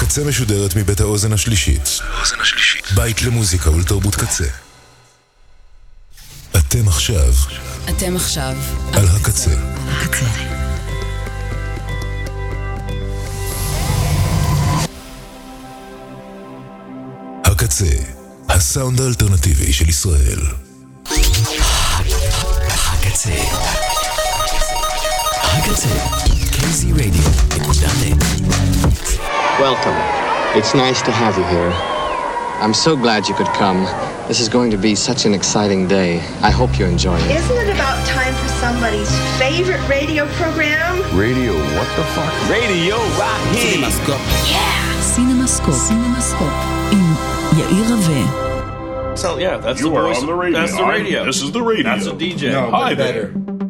הקצה משודרת מבית האוזן השלישית. בית למוזיקה ולתרבות קצה. אתם עכשיו על הקצה. הקצה, הסאונד האלטרנטיבי של ישראל. הקצה. KZ Radio. Welcome. It's nice to have you here. I'm so glad you could come. This is going to be such an exciting day. I hope you enjoy it. Isn't it about time for somebody's favorite radio program? Radio, what the fuck? Radio, right here. CinemaScope. Yeah! CinemaScope. עם יאיר רווה. So yeah, that's you the voice. On the radio. That's the radio. This is the radio. That's a DJ. No, hi there.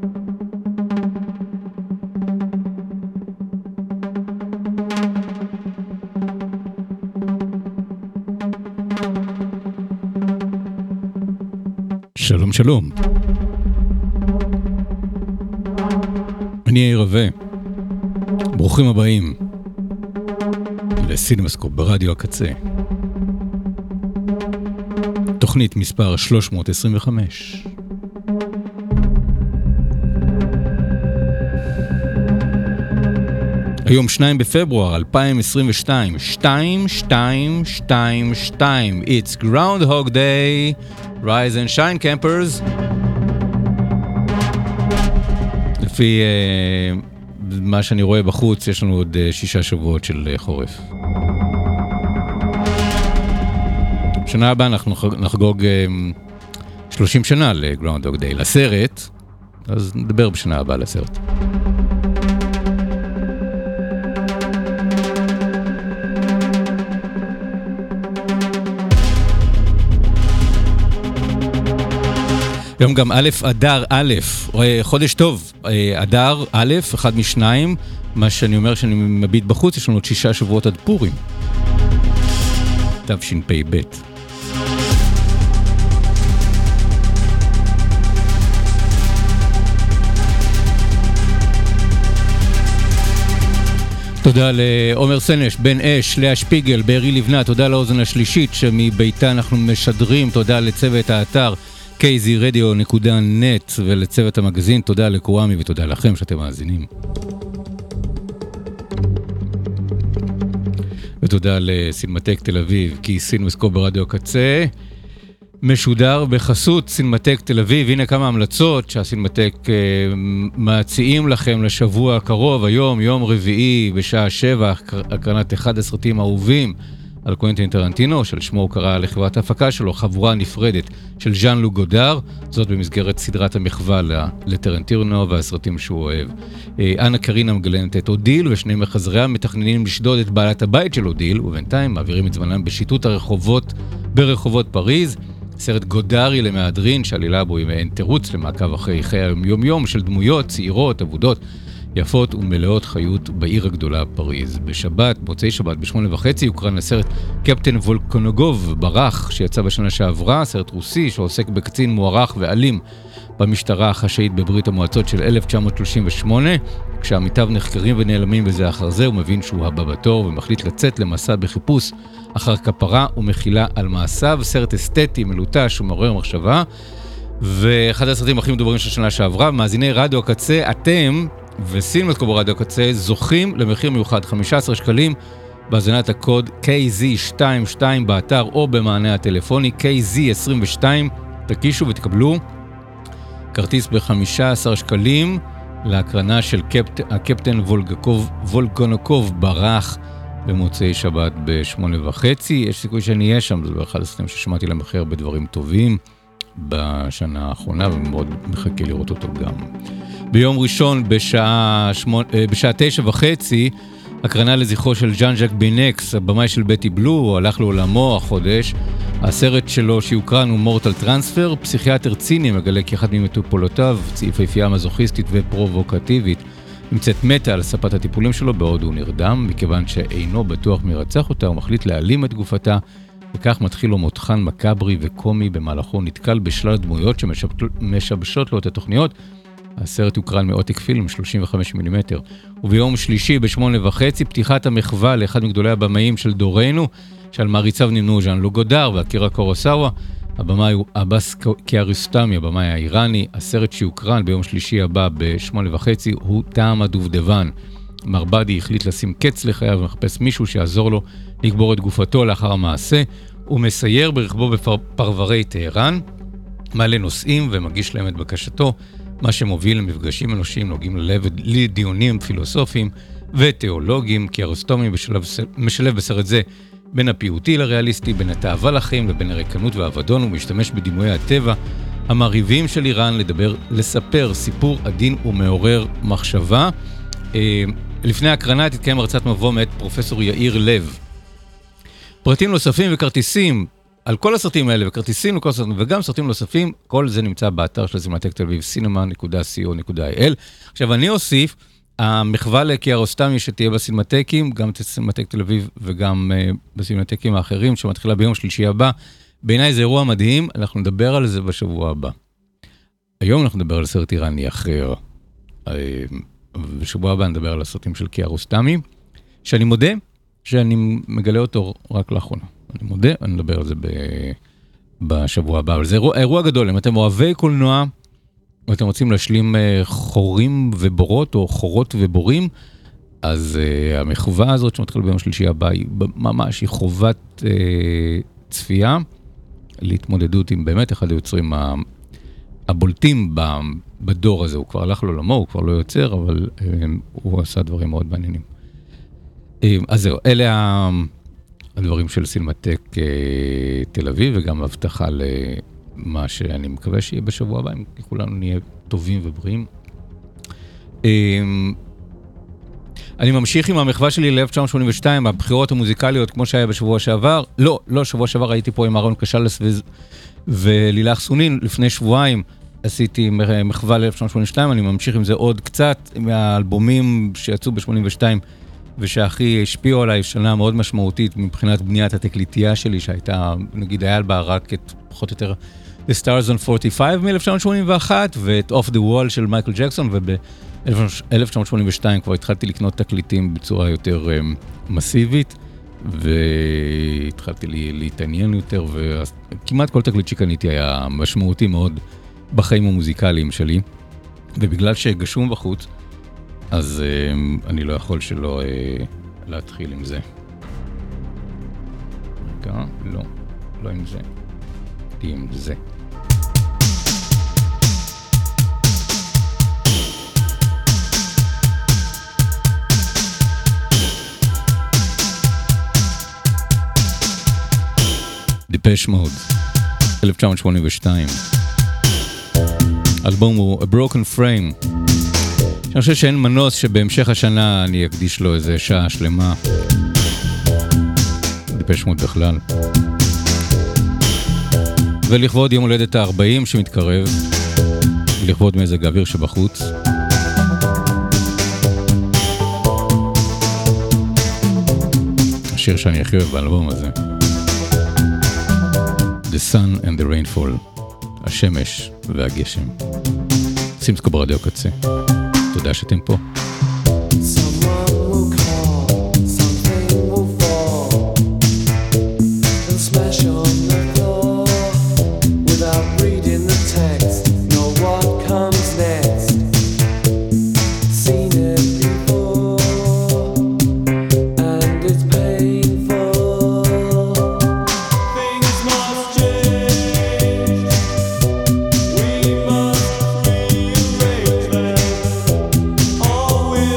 שלום. אני יאיר רווה. ברוכים הבאים לסינמסקופ ברדיו הקצה. תוכנית מספר 325. היום 2 בפברואר 2022, 2222. It's Groundhog Day. Rise and shine campers. לפי מה שאני רואה בחוץ, יש לנו עוד 6 שבועות של חורף. שנה הבאה אנחנו נחגוג 30 שנה לגראונדהוג דיי, לסרט, אז נדבר בשנה הבאה לסרט. היום גם א' אדר א', חודש טוב, אדר א', אחד משניים, מה שאני אומר שאני מביט בחוץ, יש לנו עוד 6 שבועות עד פורים. תשפ"ב. תודה לעומר סנש, בן אש, לאה שפיגל, בארי לבנה, תודה לאוזן השלישית שמביתה אנחנו משדרים, תודה לצוות האתר kzradio.net ולצוות המגזין, תודה לקוואמי ותודה לכם שאתם מאזינים. ותודה לסינמטק תל אביב, כי סינמסקופ ברדיו הקצה משודר בחסות סינמטק תל אביב. הנה כמה המלצות שהסינמטק מציעים לכם לשבוע הקרוב. היום, יום רביעי, בשעה 7, הקרנת אחד הסרטים האהובים על קוונטין טרנטינו, של שמו הוא קרא לחברת ההפקה שלו, חבורה נפרדת של ז'אן לוק גודאר, זאת במסגרת סדרת המחווה לטרנטינו והסרטים שהוא אוהב. אנה קרינה מגלנת את אודיל, ושני מחזריה מתכננים לשדוד את בעלת הבית של אודיל, ובינתיים מעבירים את זמנם בשיטוט הרחובות ברחובות פריז. סרט גודארי למהדרין, שעלילה בו עם אין תירוץ למעקב אחרי חיי היום-יום של דמויות צעירות, עבודות, יפות ומלאות חיות בעיר הגדולה פריז. בשבת, מוצאי שבת, ב8:30, הוקרן הסרט קפטן וולקונוגוב ברח, שיצא בשנה שעברה, סרט רוסי שעוסק בקצין מוערך ואלים במשטרה החשאית בברית המועצות של 1938, כשעמיתיו נחקרים ונעלמים בזה אחר זה, הוא מבין שהוא הבא בתור ומחליט לצאת למסע בחיפוש אחר כפרה ומחילה על מעשיו. סרט אסתטי, מלוטש ומעורר מחשבה, ואחד הסרטים הכי מדוברים של שנה שעברה. מאזיני רדיו הקצה, אתם וסינמסקופ ברדיו הקצה זוכים למחיר מיוחד 15 שקלים בהזנת הקוד KZ22 באתר או במענה הטלפוני KZ22. תקישו ותקבלו כרטיס ב-15 שקלים להקרנה של הקפטן וולקונוקוב ברח במוצאי שבת ב8:30. יש סיכוי שאני אהיה שם, זה באחד הסרטים ששמעתי להם הכי הרבה דברים טובים בשנה האחרונה, ומאוד מחכה לראות אותו גם. ביום ראשון בשעה 9:30, הקרנה לזכרו של ז'אן ז'אק בינקס, הבמאי של בטי בלו, הוא הלך לעולמו החודש. הסרט שלו שיוקרן הוא מורטל טרנספר. פסיכיאטר ציני מגלה כי אחד ממטופלותיו, יפהפייה מזוכיסטית ופרובוקטיבית, נמצאת מתה על ספת הטיפולים שלו בעוד הוא נרדם, מכיוון שאינו בטוח מרצח אותה, הוא מחליט להעלים את גופתה, וכך מתחיל לו מותחן מקברי וקומי, במהלכו נתקל בשלל דמויות שמשבשות לו את התוכניות, הסרט הוקרן מעותק פילם 35 מילימטר. וביום שלישי ב8:30 פתיחת המחווה לאחד מגדולי הבמאים של דורנו, שעל מעריציו נמנו ז'אן לוק גודאר ואקירה קורוסאווה. הבמאי הוא עבאס קיארוסטמי, הבמאי האיראני. הסרט שיוקרן ביום שלישי הבא ב8:30 הוא טעם הדובדבן. מרבדי החליט לשים קץ לחייו ומחפש מישהו שיעזור לו לקבור את גופתו לאחר המעשה. הוא מסייר ברכבו בפרברי טהרן, מעלה נושאים ומגיש להם את בקשתו, מה שמוביל למפגשים אנושיים נוגעים ללב לדיונים פילוסופיים ותיאולוגיים. קיארוסטמי משלב בסרט זה בין הפיוטי לריאליסטי, בין התאווה לחיים לבין הריקנות והאבדון. הוא משתמש בדימויי הטבע המרהיבים של איראן לספר סיפור עדין ומעורר מחשבה. לפני ההקרנה תתקיים הרצאת מבוא מאת פרופסור יאיר לב. פרטים נוספים וכרטיסים על כל הסרטים האלה, וכרטיסים לכל הסרטים וגם סרטים נוספים, כל זה נמצא באתר של סינמטק תל אביב, cinema.co.il. עכשיו אני אוסיף, המחווה לקיארוסטמי שתהיה בסינמטקים, גם בסינמטק תל אביב וגם בסינמטקים האחרים, שמתחילה ביום שלישי הבא. בעיניי זה אירוע מדהים, אנחנו נדבר על זה בשבוע הבא. היום אנחנו נדבר על סרט איראני אחר. בשבוע הבא נדבר על הסרטים של קיארוסטמי, שאני מודה שאני מגלה אותו רק לאחרונה. אני מודה, אני נדבר על זה בשבוע הבא. אבל זה אירוע גדול. אם אתם אוהבי קולנוע, או אתם רוצים להשלים חורים ובורות, או חורות ובורים, אז המחווה הזאת שמתחילה ביום שלישי הבא, היא ממש, היא חובת צפייה, להתמודדות עם באמת אחד היוצרים הבולטים בדור הזה. הוא כבר הלך לעולמו, הוא כבר לא יוצר, אבל הוא עשה דברים מאוד מעניינים. אז זהו, אלה הדברים של סינמטק תל אביב, וגם הבטחה למה שאני מקווה שיהיה בשבוע הבא, אם כולנו נהיה טובים ובריאים. אני ממשיך עם המחווה שלי ל-1982, הבחירות המוזיקליות כמו שהיה בשבוע שעבר. לא, שבוע שעבר הייתי פה עם אהרון קשלס ולילך סונין. לפני שבועיים עשיתי מחווה ל-1982, אני ממשיך עם זה עוד קצת, מהאלבומים שיצאו ב-82, ושהכי השפיעו עליי שנה מאוד משמעותית מבחינת בניית התקליטייה שלי, שהייתה, נגיד, היה בה רק את פחות או יותר The Stars on 45 מ-1981, ואת Off the Wall של מייקל ג'קסון, וב-1982 כבר התחלתי לקנות תקליטים בצורה יותר מסיבית, והתחלתי להתעניין יותר, וכמעט כל תקליט שקניתי היה משמעותי מאוד בחיים המוזיקליים שלי, ובגלל שגשום בחוץ, אז אני לא יכול שלא להתחיל עם זה. רגע, לא עם זה. עם זה. Depeche Mode, 1982. האלבום הוא A Broken Frame. אני חושב שאין מנוס שבהמשך השנה אני אקדיש לו איזה שעה שלמה. Depeche Mode בכלל. ולכבוד יום הולדת ה-40 שמתקרב, ולכבוד מזג האוויר שבחוץ. השיר שאני הכי אוהב באלבום הזה. The Sun and the Rainfall, השמש והגשם. סימסקו ברדיו קצה. תודה שאתם פה. Always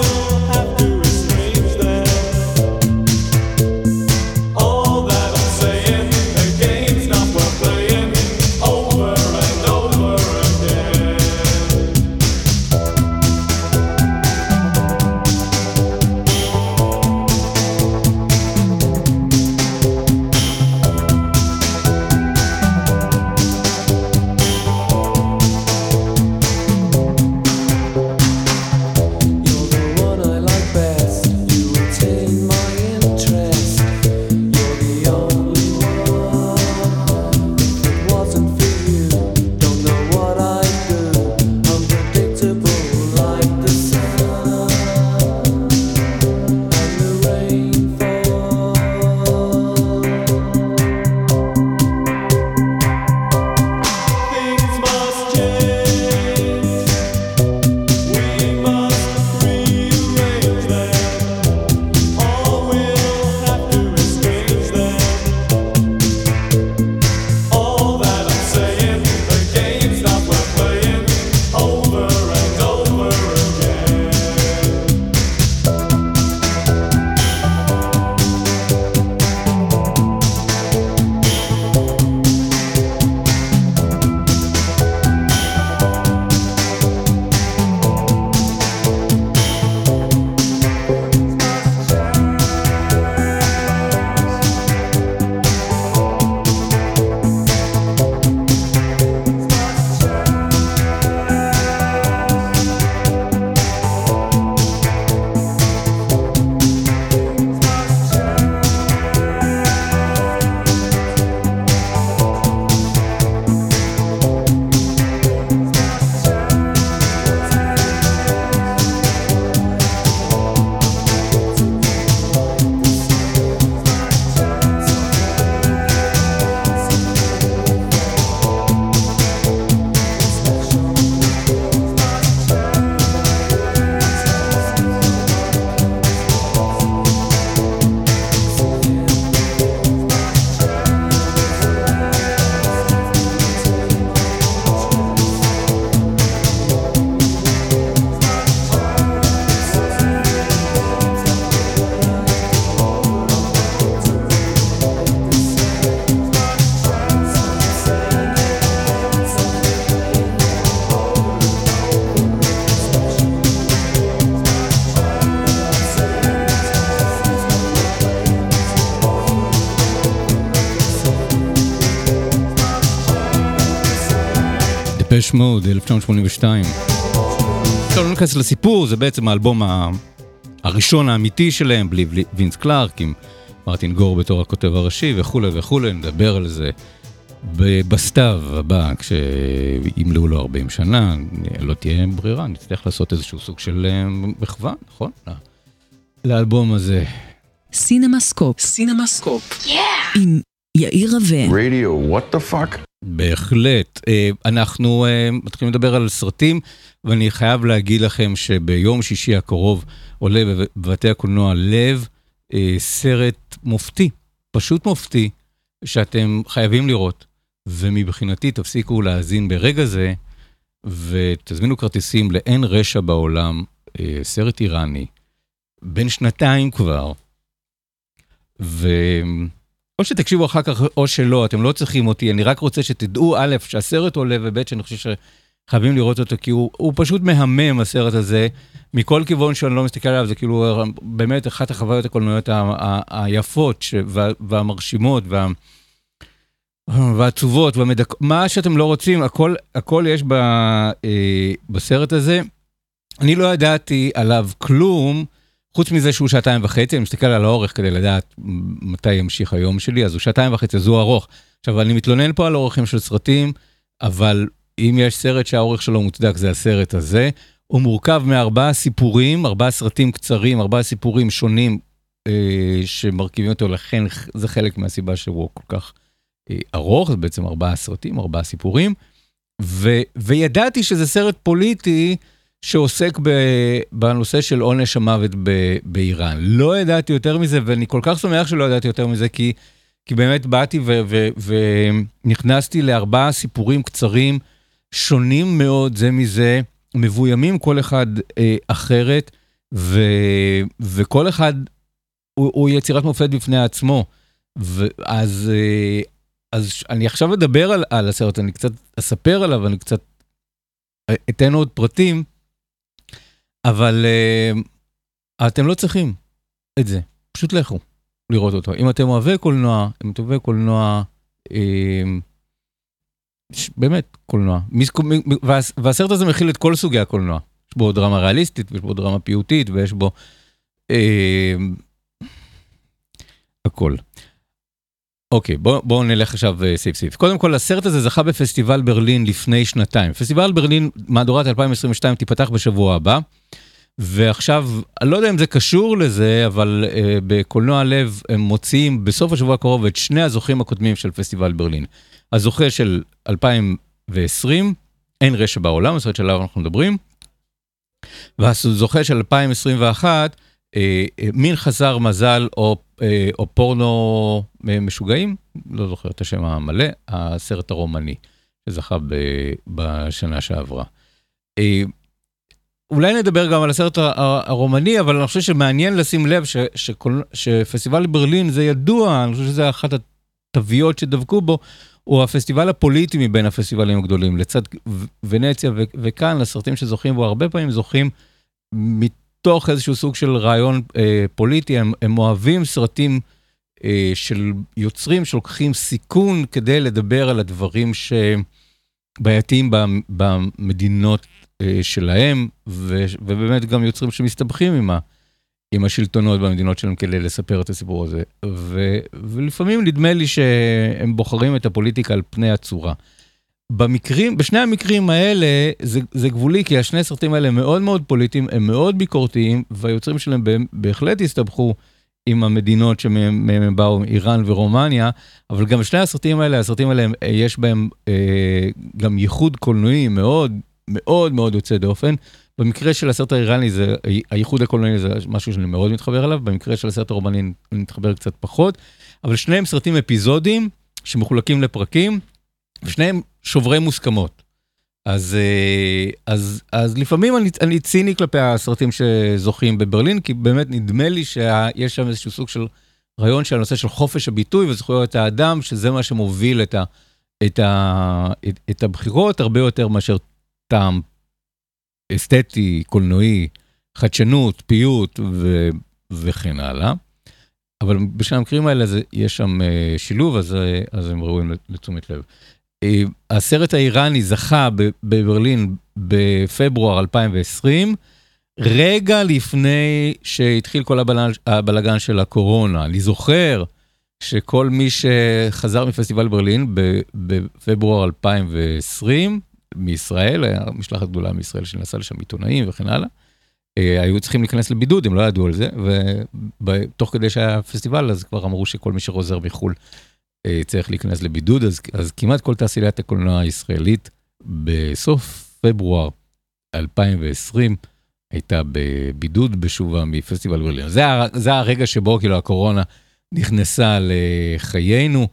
דפש מוד, 1982. לא נכנס לסיפור, זה בעצם האלבום הראשון האמיתי שלהם, בלי וינס קלארק, עם מרטין גור בתור הכותב הראשי וכו' וכו', נדבר על זה בסתיו הבא, כשימלאו לו 40 שנה, לא תהיה ברירה, נצטרך לעשות איזשהו סוג של מחווה, נכון? לאלבום הזה. סינמסקופ. סינמסקופ. עם יאיר רווה. רדיו, what the fuck? בהחלט. אנחנו מתחילים לדבר על סרטים, ואני חייב להגיד לכם שביום שישי הקרוב עולה בבתי הקולנוע לב סרט מופתי, פשוט מופתי, שאתם חייבים לראות, ומבחינתי תפסיקו להאזין ברגע זה, ותזמינו כרטיסים לאין רשע בעולם, סרט איראני, בין 2 כבר, או שתקשיבו אחר כך או שלא, אתם לא צריכים אותי, אני רק רוצה שתדעו א', שהסרט עולה, וב' שאני חושב שחייבים לראות אותו, כי הוא פשוט מהמם הסרט הזה, מכל כיוון שאני לא מסתכל עליו, זה כאילו באמת אחת החוויות הקולנועיות היפות והמרשימות והעצובות, מה שאתם לא רוצים, הכל יש בסרט הזה. אני לא ידעתי עליו כלום, חוץ מזה שהוא 2.5, אני מסתכל על האורך כדי לדעת מתי ימשיך היום שלי, אז הוא 2.5, אז הוא ארוך. עכשיו, אני מתלונן פה על אורכים של סרטים, אבל אם יש סרט שהאורך שלו מוצדק, זה הסרט הזה. הוא מורכב מ4 סיפורים, 4 סרטים קצרים, 4 סיפורים שונים שמרכיבים אותו, לכן זה חלק מהסיבה שהוא כל כך ארוך, זה בעצם 4 סרטים, 4 סיפורים, וידעתי שזה סרט פוליטי, שעוסק בנושא של עונש המוות באיראן. לא ידעתי יותר מזה, ואני כל כך שמח שלא ידעתי יותר מזה, כי באמת באתי ונכנסתי ל4 סיפורים קצרים, שונים מאוד זה מזה, מבוימים כל אחד אחרת, וכל אחד הוא יצירת מופת בפני עצמו. אז אני עכשיו אדבר על הסרט, אני קצת אספר עליו, אני קצת אתן עוד פרטים, אבל אתם לא צריכים את זה, פשוט לכו לראות אותו. אם אתם אוהבי קולנוע, באמת קולנוע, והסרט הזה מכיל את כל סוגי הקולנוע. יש בו דרמה ריאליסטית, ויש בו דרמה פיוטית, ויש בו הכל. אוקיי, בואו נלך עכשיו סעיף. קודם כל, הסרט הזה זכה בפסטיבל ברלין לפני 2 פסטיבל ברלין, מהדורת 2022, תיפתח בשבוע הבא, ועכשיו, אני לא יודע אם זה קשור לזה, אבל בקולנוע לב הם מוציאים בסוף השבוע הקרוב את 2 הזוכים הקודמים של פסטיבל ברלין. הזוכה של 2020, אין רשע בעולם, הסרט שעליו אנחנו מדברים, והזוכה של 2021, מין חסר מזל או פורנו משוגעים, לא זוכר את השם המלא, הסרט הרומני, שזכה בשנה שעברה. אולי נדבר גם על הסרט הרומני, אבל אני חושב שמעניין לשים לב שפסטיבל ברלין זה ידוע, אני חושב שזה אחת התוויות שדבקו בו, הוא הפסטיבל הפוליטי מבין הפסטיבלים הגדולים, לצד ונציה וכאן, הסרטים שזוכים בו הרבה פעמים זוכים מתוך איזשהו סוג של רעיון פוליטי, הם אוהבים סרטים של יוצרים שלוקחים סיכון כדי לדבר על הדברים שבעייתיים במדינות שלהם, ובאמת גם יוצרים שמסתבכים עם השלטונות במדינות שלהם כדי לספר את הסיפור הזה. ולפעמים נדמה לי שהם בוחרים את הפוליטיקה על פני הצורה. בשני המקרים האלה זה גבולי, כי השני הסרטים האלה הם מאוד מאוד פוליטיים, הם מאוד ביקורתיים, והיוצרים שלהם בהחלט הסתבכו עם המדינות שמהם הם באו, איראן ורומניה, אבל גם בשני הסרטים האלה יש בהם גם ייחוד קולנועי מאוד מאוד מאוד יוצא דופן. במקרה של הסרט האיראני, הייחוד הקולנועי זה משהו שאני מאוד מתחבר עליו, במקרה של הסרט הרומני אני מתחבר קצת פחות, אבל שניהם סרטים אפיזודיים שמחולקים לפרקים, ושניהם שוברי מוסכמות. אז לפעמים אני ציני כלפי הסרטים שזוכים בברלין, כי באמת נדמה לי שיש שם איזשהו סוג של רעיון של הנושא של חופש הביטוי וזכויות האדם, שזה מה שמוביל את הבחירות, הרבה יותר מאשר טעם אסתטי, קולנועי, חדשנות, פיוט וכן הלאה. אבל בשני המקרים האלה יש שם שילוב, אז הם ראויים לתשומת לב. הסרט האיראני זכה בברלין בפברואר 2020, רגע לפני שהתחיל כל הבלגן של הקורונה. אני זוכר שכל מי שחזר מפסטיבל ברלין בפברואר 2020, מישראל, היה משלחת גדולה מישראל שנסע לשם עיתונאים וכן הלאה, היו צריכים להיכנס לבידוד, הם לא ידעו על זה, ותוך כדי שהיה פסטיבל, אז כבר אמרו שכל מי שחוזר מחול צריך להיכנס לבידוד, אז כמעט כל תעשיית הקולנוע הישראלית בסוף פברואר 2020 הייתה בבידוד בשובה מפסטיבל ברלין. זה הרגע שבו כאילו הקורונה נכנסה לחיינו,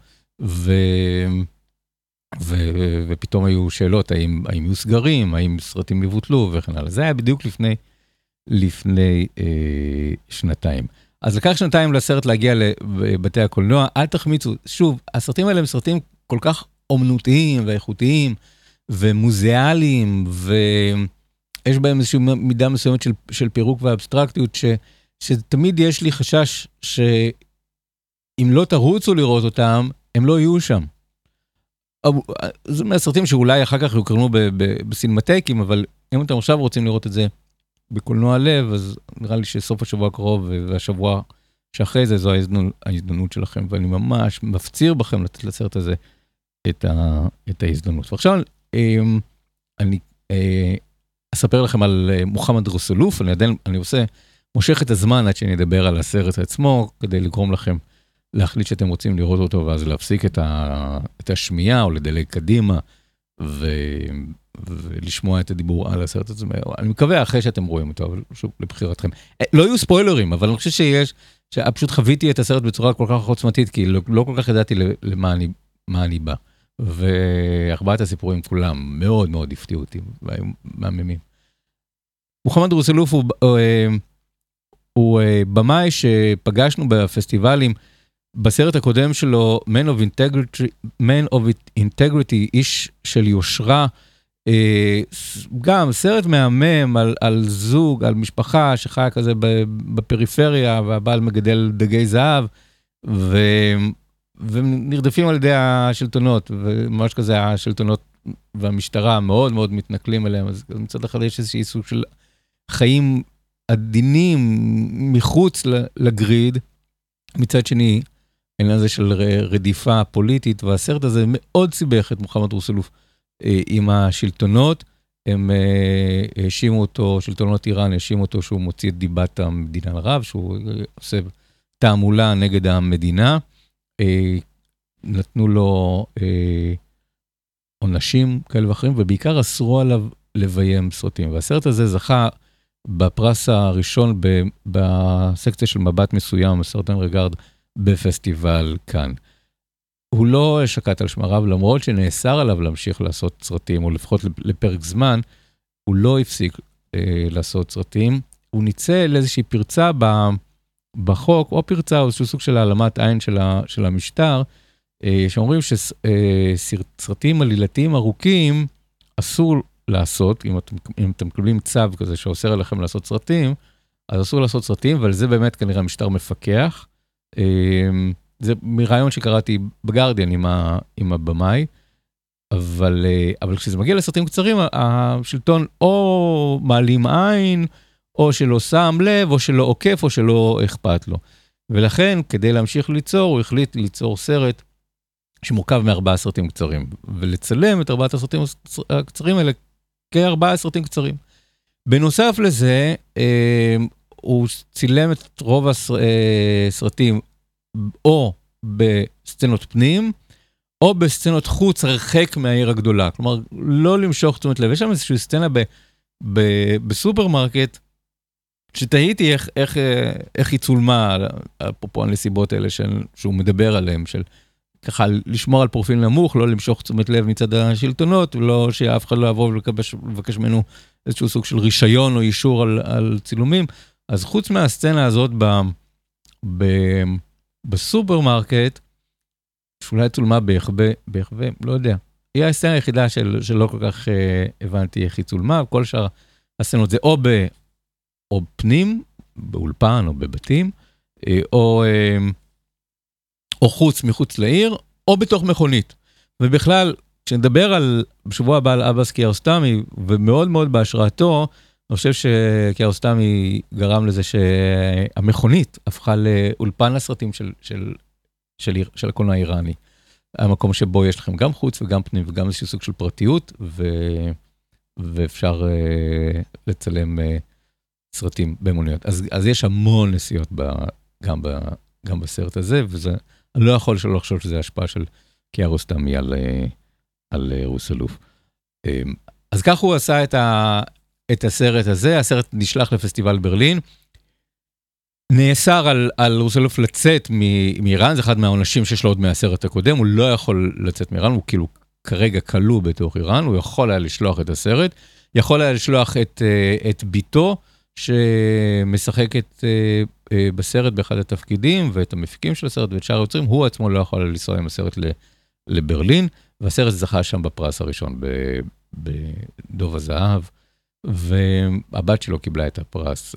ופתאום היו שאלות, האם יהיו סגרים, האם סרטים יבוטלו וכן הלאה. זה היה בדיוק לפני שנתיים. אז לקח שנתיים לסרט להגיע לבתי הקולנוע, אל תחמיצו. שוב, הסרטים האלה הם סרטים כל כך אומנותיים ואיכותיים ומוזיאליים, ויש בהם איזושהי מידה מסוימת של פירוק ואבסטרקטיות, שתמיד יש לי חשש שאם לא תרוצו לראות אותם, הם לא יהיו שם. זה מהסרטים שאולי אחר כך יוקרנו בסינמטקים, אבל אם אתם עכשיו רוצים לראות את זה בקולנוע לב, אז נראה לי שסוף השבוע הקרוב והשבוע שאחרי זה, זו ההזדמנות שלכם, ואני ממש מפציר בכם לתת לסרט הזה את ההזדמנות. ועכשיו אני אספר לכם על מוחמד רסולוף, אני מושך את הזמן עד שאני אדבר על הסרט עצמו, כדי לגרום לכם להחליט שאתם רוצים לראות אותו, ואז להפסיק את השמיעה, או לדלג קדימה, ולשמוע את הדיבור על הסרט הזה. אני מקווה אחרי שאתם רואים אותו, אבל שוב, לבחירתכם. לא יהיו ספוילרים, אבל אני חושב שפשוט חוויתי את הסרט בצורה כל כך עוצמתית, כי לא כל כך ידעתי למה אני בא. וארבעת הסיפורים כולם מאוד מאוד הפתיעו אותי, והיו מהממים. מוחמד רסולוף הוא במאי שפגשנו בפסטיבלים, בסרט הקודם שלו, Man of Integrity, איש של יושרה, גם סרט מהמם על זוג, על משפחה שחיה כזה בפריפריה, והבעל מגדל דגי זהב, ונרדפים על ידי השלטונות, וממש כזה השלטונות והמשטרה מאוד מאוד מתנכלים אליהם, אז מצד אחד יש איזושהי סוג של חיים עדינים מחוץ לגריד, מצד שני, העניין הזה של רדיפה פוליטית, והסרט הזה מאוד סיבך את מוחמד רסולוף עם השלטונות, הם האשימו אותו, שלטונות איראן האשימו אותו שהוא מוציא את דיבת המדינה לרב, שהוא עושה תעמולה נגד המדינה, נתנו לו עונשים כאלה ואחרים, ובעיקר אסרו עליו לביים סרטים, והסרט הזה זכה בפרס הראשון בסקציה של מבט מסוים, סרטן רגרד, בפסטיבל כאן. הוא לא שקט על שמריו, למרות שנאסר עליו להמשיך לעשות סרטים, או לפחות לפרק זמן, הוא לא הפסיק לעשות סרטים. הוא ניצל איזושהי פרצה בחוק, או פרצה, או איזשהו סוג של העלמת עין של המשטר, שאומרים שסרטים עלילתיים ארוכים אסור לעשות, אם אתם מקבלים צו כזה שאוסר עליכם לעשות סרטים, אז אסור לעשות סרטים, אבל זה באמת כנראה משטר מפקח. זה מרעיון שקראתי בגרדיאן עם הבמאי, אבל כשזה מגיע לסרטים קצרים, השלטון או מעלים עין, או שלא שם לב, או שלא עוקף, או שלא אכפת לו. ולכן, כדי להמשיך ליצור, הוא החליט ליצור סרט שמורכב מ4 סרטים קצרים, ולצלם את 4 הסרטים הקצרים האלה כ4 סרטים קצרים. בנוסף לזה, הוא צילם את רוב הסרטים או בסצנות פנים, או בסצנות חוץ הרחק מהעיר הגדולה. כלומר, לא למשוך תשומת לב. יש שם איזושהי סצנה בסופרמרקט, שתהיתי איך היא צולמה, אפרופו הנסיבות האלה שהוא מדבר עליהם, של ככה לשמור על פרופיל נמוך, לא למשוך תשומת לב מצד השלטונות, ולא שאף אחד לא יבוא ולבקש ממנו איזשהו סוג של רישיון או אישור על צילומים. אז חוץ מהסצנה הזאת בסופרמרקט, שאולי צולמה בהחבא, לא יודע. היא הסצנה היחידה שלא כל כך הבנתי איך היא צולמה, כל שאר הסצנות זה או פנים, באולפן או בבתים, או מחוץ לעיר, או בתוך מכונית. ובכלל, כשנדבר בשבוע הבא על אבאס קיארוסטמי, ומאוד מאוד בהשראתו, אני חושב שקיארוסטמי גרם לזה שהמכונית הפכה לאולפן הסרטים של הקולנוע האיראני. המקום שבו יש לכם גם חוץ וגם פנים, וגם איזשהו סוג של פרטיות, ואפשר לצלם סרטים במוניות. אז יש המון נסיעות גם בסרט הזה, אני לא יכול שלא לחשוב שזה השפעה של קיארוסטמי על רוסלוף. אז כך הוא עשה את הסרט הזה, הסרט נשלח לפסטיבל ברלין, נאסר על רוסלוף לצאת מאיראן, זה אחד מהעונשים שיש לו עוד מהסרט הקודם, הוא לא יכול לצאת מאיראן, הוא כאילו כרגע כלוא בתוך איראן, הוא יכול היה לשלוח את הסרט, יכול היה לשלוח את ביתו, שמשחקת בסרט באחד התפקידים, ואת המפיקים של הסרט ואת שאר היוצרים, הוא עצמו לא יכול לנסוע עם הסרט לברלין, והסרט זכה שם בפרס הראשון בדוב הזהב, והבת שלו קיבלה את הפרס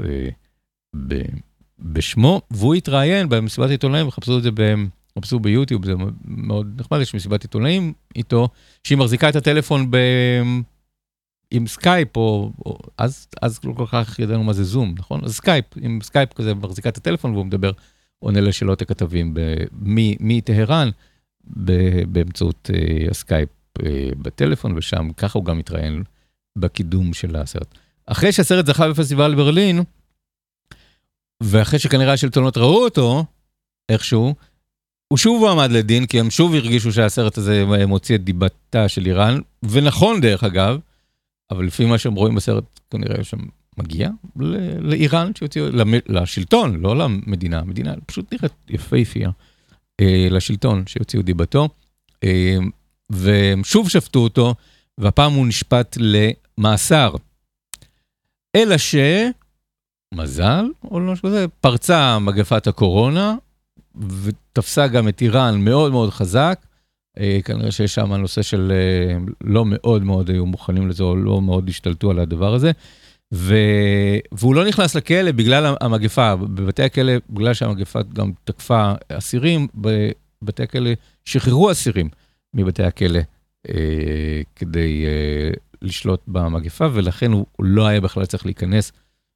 בשמו, והוא התראיין במסיבת עיתונאים, וחפשו את זה חפשו ביוטיוב, זה מאוד נחמד, יש מסיבת עיתונאים איתו, שהיא מחזיקה את הטלפון עם סקייפ, אז כל כך ידענו מה זה זום, נכון? אז סקייפ, עם סקייפ כזה מחזיקה את הטלפון, והוא מדבר, עונה לשאלות הכתבים מטהרן, באמצעות הסקייפ בטלפון, ושם ככה הוא גם מתראיין בקידום של הסרט. אחרי שהסרט זכה בפסטיבל ברלין, ואחרי שכנראה השלטונות ראו אותו, איכשהו, הוא שוב עמד לדין, כי הם שוב הרגישו שהסרט הזה מוציא את דיבתה של איראן, ונכון דרך אגב, אבל לפי מה שהם רואים בסרט, כנראה שם מגיע לאיראן, לשלטון, לא למדינה, המדינה פשוט נראית יפהפייה, לשלטון שיוציאו דיבתו, והם שוב שפטו אותו, והפעם הוא נשפט למאסר. אלא מזל, או לא שזה, פרצה מגפת הקורונה, ותפסה גם את איראן מאוד מאוד חזק, כנראה שיש שם הנושא של לא מאוד מאוד היו מוכנים לזה, או לא מאוד השתלטו על הדבר הזה, והוא לא נכנס לכלא בגלל המגפה, בבתי הכלא, בגלל שהמגפה גם תקפה אסירים, בבתי הכלא שחררו אסירים מבתי הכלא, כדי לשלוט במגפה, ולכן הוא לא היה בכלל צריך להיכנס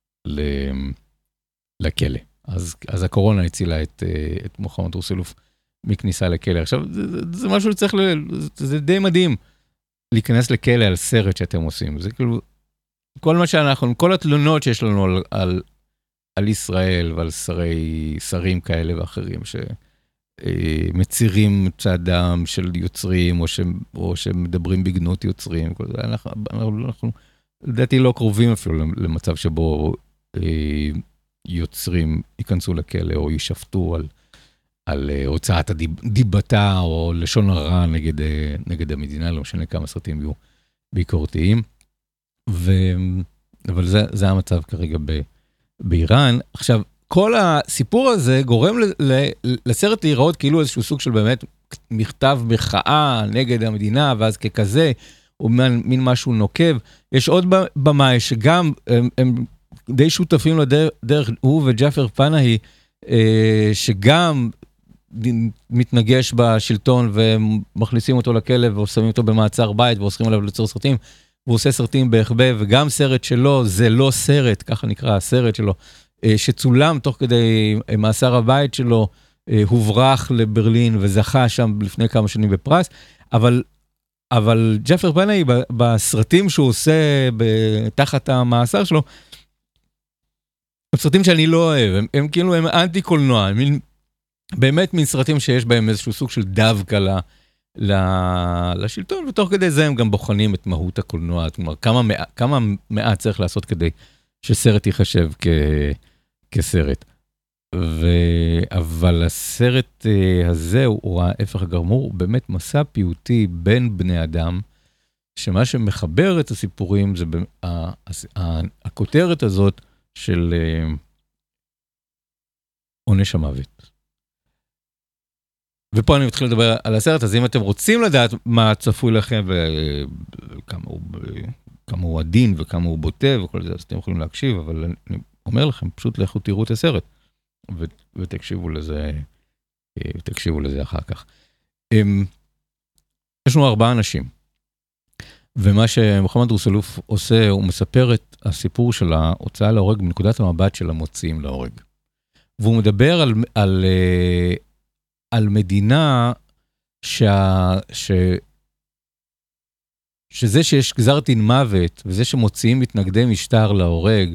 לכלא. אז הקורונה הצילה את מוחמד רוסלוף מכניסה לכלא. עכשיו, זה משהו שצריך, זה די מדהים להיכנס לכלא על סרט שאתם עושים. זה כאילו, כל מה שאנחנו, כל התלונות שיש לנו על ישראל ועל שרים כאלה ואחרים שמצירים צעדם של יוצרים או שמדברים בגנות יוצרים. אנחנו לדעתי לא קרובים אפילו למצב שבו יוצרים ייכנסו לכלא או יישפטו על הוצאת דיבתה או לשון הרע נגד המדינה, לא משנה כמה סרטים יהיו ביקורתיים. אבל זה המצב כרגע באיראן. עכשיו, כל הסיפור הזה גורם לסרט להיראות כאילו איזשהו סוג של באמת מכתב מחאה נגד המדינה, ואז ככזה הוא מין משהו נוקב. יש עוד במאי שגם הם די שותפים לדרך, הוא וג'אפר פנאהי, שגם מתנגש בשלטון ומכניסים אותו לכלא ושמים אותו במעצר בית ואוסרים עליו ליצור סרטים, והוא עושה סרטים בהחבב, וגם סרט שלו, זה לא סרט, ככה נקרא הסרט שלו, שצולם תוך כדי מאסר הבית שלו, הוברח לברלין וזכה שם לפני כמה שנים בפרס, אבל ג'אפר פנאהי בסרטים שהוא עושה תחת המאסר שלו, סרטים שאני לא אוהב, הם כאילו, הם אנטי קולנוע, באמת מין סרטים שיש בהם איזשהו סוג של דווקא לשלטון, ותוך כדי זה הם גם בוחנים את מהות הקולנוע, כלומר, כמה מעט צריך לעשות כדי שסרט ייחשב כסרט. אבל הסרט הזה הוא ההפך הגמור, הוא באמת מסע פיוטי בין בני אדם, שמה שמחבר את הסיפורים זה הכותרת הזאת של עונש המוות. ופה אני מתחיל לדבר על הסרט, אז אם אתם רוצים לדעת מה צפוי לכם, וכמה הוא עדין וכמה הוא בוטה וכל זה, אז אתם יכולים להקשיב, אבל אני אומר לכם, פשוט לכו תראו את הסרט, ותקשיבו לזה אחר כך. יש לנו 4 אנשים ומה שמוחמד רוסלוף עושה, הוא מספר את הסיפור של ההוצאה להורג מנקודת המבט של המוציאים להורג. והוא מדבר על מדינה שזה שיש גזר דין מוות, וזה שמוציאים מתנגדי משטר להורג,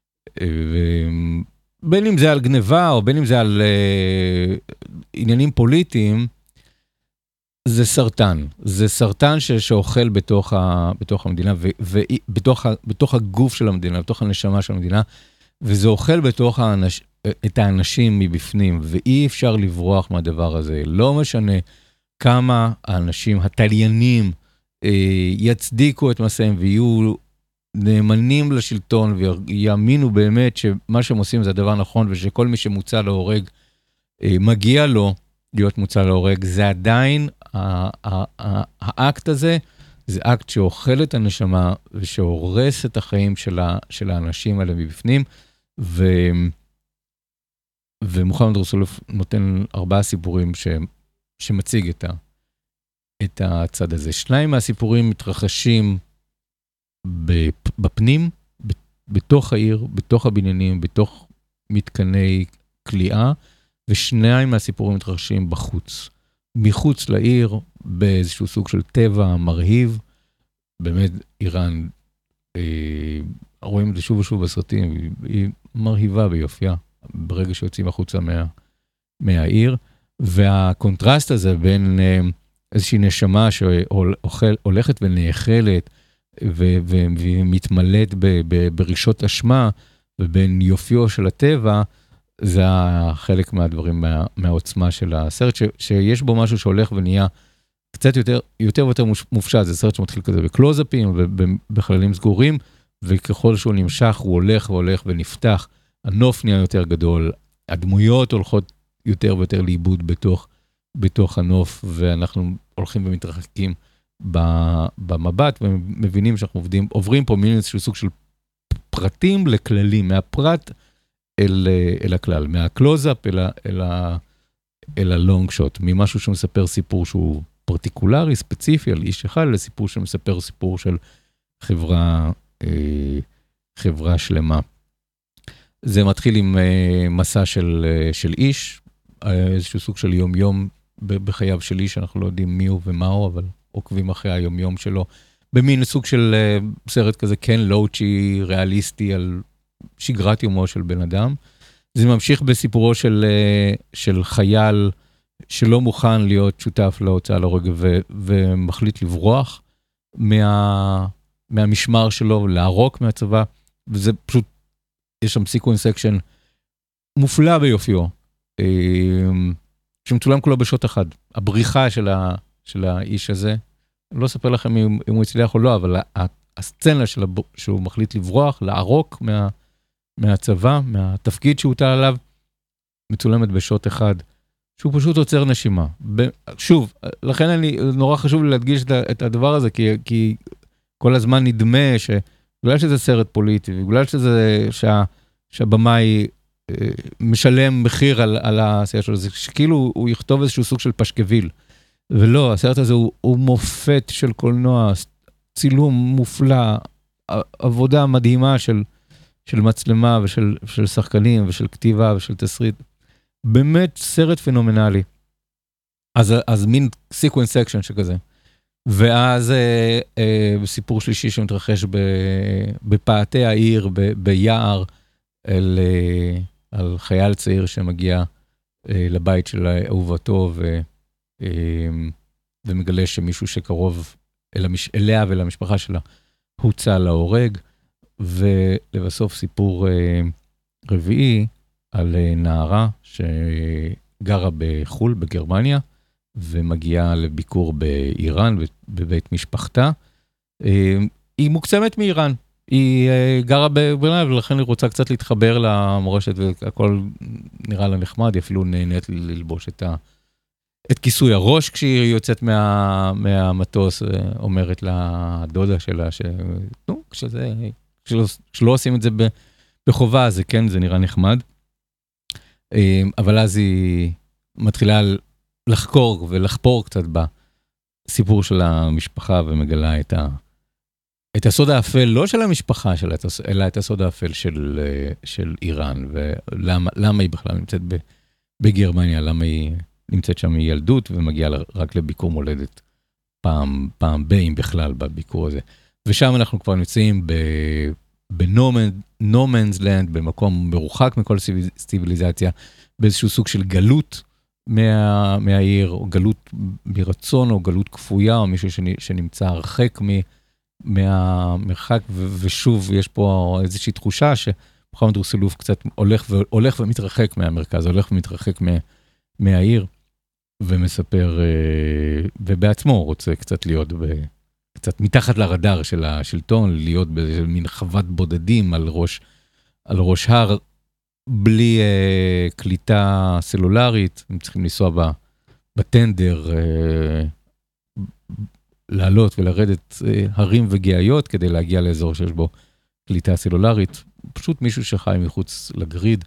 בין אם זה על גניבה, או בין אם זה על עניינים פוליטיים, זה סרטן. זה סרטן שאוכל בתוך המדינה, ובתוך הגוף של המדינה, בתוך הנשמה של המדינה, וזה אוכל את האנשים מבפנים, ואי אפשר לברוח מהדבר הזה. לא משנה כמה האנשים, התליינים, יצדיקו את מסעיהם, ויהיו נאמנים לשלטון, ויאמינו באמת שמה שהם עושים זה הדבר נכון, ושכל מי שמוצא להורג, מגיע לו להיות מוצא להורג. זה עדיין, האקט הזה, זה אקט שאוכל את הנשמה, ושהורס את החיים של האנשים האלה מבפנים, ומוחמד רוסלוף נותן 4 סיפורים שמציג את הצד הזה. 2 מהסיפורים מתרחשים בפנים, בתוך העיר, בתוך הבניינים, בתוך מתקני כליאה, ו2 מהסיפורים מתרחשים בחוץ. מחוץ לעיר, באיזשהו סוג של טבע מרהיב, באמת איראן, רואים את זה שוב ושוב בסרטים, היא מרהיבה ביופייה, ברגע שיוצאים החוצה מהעיר, והקונטרסט הזה בין איזושהי נשמה שהולכת ונאכלת, ומתמלאת ברישות אשמה, ובין יופיו של הטבע, זה חלק מהדברים, מהעוצמה של הסרט, שיש בו משהו שהולך ונהיה קצת יותר ויותר מופשט. זה סרט שמתחיל כזה בקלוזאפים, ובחללים סגורים, וככל שהוא נמשך, הוא הולך והולך ונפתח, הנוף נהיה יותר גדול, הדמויות הולכות יותר ויותר לאיבוד בתוך הנוף, ואנחנו הולכים ומתרחקים במבט, ומבינים שאנחנו עוברים פה מין איזשהו סוג של פרטים לכללים, מהפרט אל הכלל, מהקלוזאפ אל הלונג שוט, ממשהו שמספר סיפור שהוא פרטיקולרי, ספציפי, על איש אחד, לסיפור שמספר סיפור של חברה שלמה. זה מתחיל עם מסע של איש, איזשהו סוג של יום-יום בחייו של איש, אנחנו לא יודעים מי הוא ומה הוא, אבל עוקבים אחרי היום-יום שלו, במין סוג של סרט כזה, כן לואוצ'י, ריאליסטי, על שגרת יומו של בן אדם. זה ממשיך בסיפורו של חייל שלא מוכן להיות שותף להוצאה להורג, ומחליט לברוח מהמשמר שלו, לערוק מהצבא, וזה פשוט, יש שם סיקוונס אקשן מופלא ביופיו, שמצולם כולו בשוט אחד. הבריחה של האיש הזה, לא אספר לכם אם הוא הצליח או לא, אבל הסצנה שהוא מחליט לברוח, לערוק מהצבא, מהתפקיד שהוטל עליו, מצולמת בשוט אחד, שהוא פשוט עוצר נשימה. שוב, לכן נורא חשוב לי להדגיש את הדבר הזה, כי כל הזמן נדמה בגלל שזה סרט פוליטי, ובגלל שהבמאי משלם מחיר על העשייה שלו, זה שכאילו הוא יכתוב איזשהו סוג של פשקביל. ולא, הסרט הזה הוא מופת של קולנוע, צילום מופלא, עבודה מדהימה של מצלמה ושל שחקנים ושל כתיבה ושל תסריט. באמת סרט פנומנלי. אז מין סיקוונס אקשן שכזה. ואז סיפור שלישי שמתרחש בפאתי העיר, ביער, על חייל צעיר שמגיע לבית של אהובתו, ומגלה שמישהו שקרוב אליה ולמשפחה שלה הוצא להורג, ולבסוף סיפור רביעי על נערה שגרה בחול, בגרמניה, ומגיעה לביקור באיראן, בבית משפחתה. היא מוקסמת מאיראן, היא גרה באיראן, ולכן היא רוצה קצת להתחבר למורשת, והכל נראה לה נחמד, היא אפילו נהנית ללבוש את כיסוי הראש כשהיא יוצאת מהמטוס, אומרת לדודה שלה, כשלא עושים את זה בחובה, זה כן, זה נראה נחמד. אבל אז היא מתחילה לחקור ולחפור קצת בסיפור של המשפחה, ומגלה את הסוד האפל, לא של המשפחה שלה, אלא את הסוד האפל של איראן, ולמה היא בכלל נמצאת בגרמניה, למה היא נמצאת שם מילדות, ומגיעה רק לביקור מולדת פעם אם בכלל בביקור הזה. ושם אנחנו כבר נמצאים ב-No Man's Land, במקום מרוחק מכל ציוויליזציה, באיזשהו סוג של גלות מהעיר, או גלות מרצון, או גלות כפויה, או מישהו שנמצא הרחק מהמרחק, ושוב, יש פה איזושהי תחושה שמוחמד רוסולוף קצת הולך ומתרחק מהמרכז, הולך ומתרחק מהעיר, ומספר, ובעצמו רוצה קצת להיות קצת מתחת לרדאר של השלטון, להיות במין חוות בודדים על ראש הר, בלי קליטה סלולרית, הם צריכים לנסוע בטנדר, לעלות ולרדת הרים וגאיות, כדי להגיע לאזור שיש בו קליטה סלולרית, פשוט מישהו שחי מחוץ לגריד,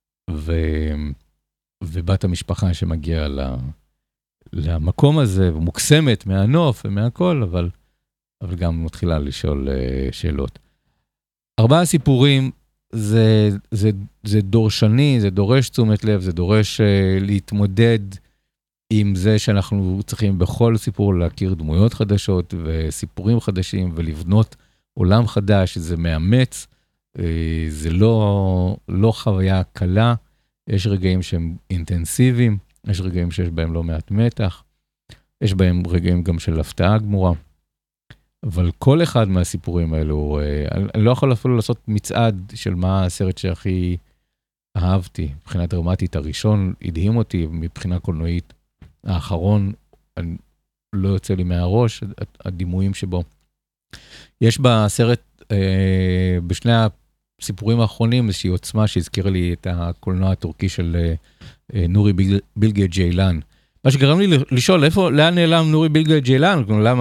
ובת המשפחה שמגיעה למקום הזה, ומוקסמת מהנוף ומהכל, אבל גם מתחילה לשאול שאלות. 4 סיפורים, זה דורשני, זה דורש תשומת לב, זה דורש להתמודד עם זה שאנחנו צריכים בכל סיפור להכיר דמויות חדשות וסיפורים חדשים ולבנות עולם חדש, זה מאמץ, זה לא חוויה קלה, יש רגעים שהם אינטנסיביים, יש רגעים שיש בהם לא מעט מתח, יש בהם רגעים גם של הפתעה גמורה, אבל כל אחד מהסיפורים האלו, אני לא יכול אפילו לעשות מצעד של מה הסרט שהכי אהבתי, מבחינה דרמטית. הראשון הדהים אותי, מבחינה קולנועית, האחרון לא יוצא לי מהראש, הדימויים שבו. יש בסרט, בשני הסיפורים האחרונים, איזושהי עוצמה שהזכירה לי את הקולנוע הטורקי של נורי בילגה ג'יילן. מה שגרם לי לשאול, לאן נעלם נורי בילגה ג'יילן?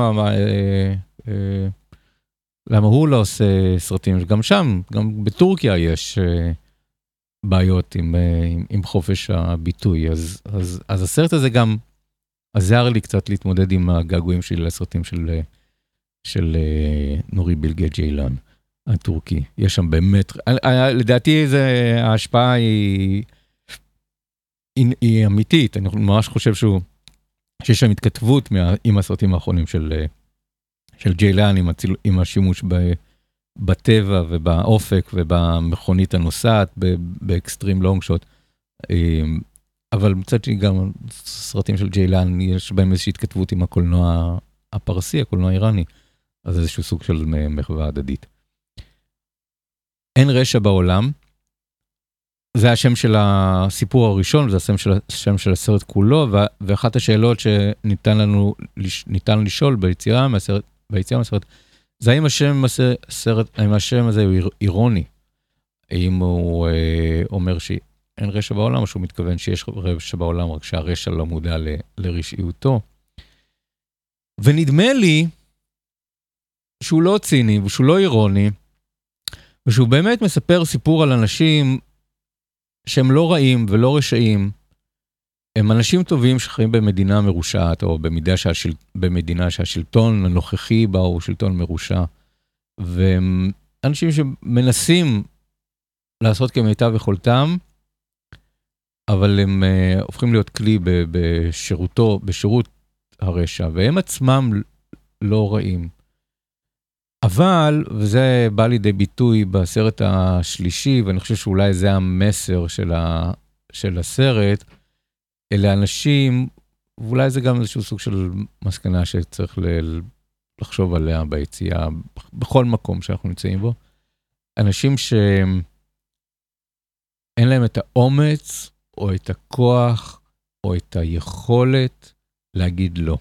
למה הוא לא עושה סרטים? גם שם, גם בטורקיה יש בעיות עם חופש הביטוי. אז הסרט הזה גם עזר לי קצת להתמודד עם הגעגועים שלי לסרטים של נורי בילגה ג'יילן, הטורקי. יש שם באמת, לדעתי ההשפעה היא אמיתית. אני ממש חושב שיש שם התכתבות עם הסרטים האחרונים של ג'יילן, עם השימוש בטבע ובאופק ובמכונית הנוסעת, באקסטרים לונג שוט. אבל מצד שני גם סרטים של ג'יילן, יש בהם איזושהי התכתבות עם הקולנוע הפרסי, הקולנוע האיראני, אז איזשהו סוג של מחווה הדדית. אין רשע בעולם, זה השם של הסיפור הראשון, זה השם של הסרט כולו, ואחת השאלות שניתן לשאול ביציאה מהסרט, זה האם השם הזה הוא אירוני, האם הוא אומר שאין רשע בעולם, או שהוא מתכוון שיש רשע בעולם, רק שהרשע לא מודע לרשעיותו. ונדמה לי שהוא לא ציני, ושהוא לא אירוני, ושהוא באמת מספר סיפור על אנשים שהם לא רעים ולא רשעים, הם אנשים טובים שחיים במדינה מרושעת, או במדינה שהשלטון הנוכחי בה הוא שלטון מרושע, והם אנשים שמנסים לעשות כמיטב יכולתם, אבל הם הופכים להיות כלי בשירות הרשע, והם עצמם לא רעים. אבל, וזה בא לידי ביטוי בסרט השלישי, ואני חושב שאולי זה המסר של הסרט, אלה אנשים, ואולי זה גם איזשהו סוג של מסקנה שצריך לחשוב עליה ביציאה, בכל מקום שאנחנו נמצאים בו, אנשים שאין להם את האומץ, או את הכוח, או את היכולת להגיד לא.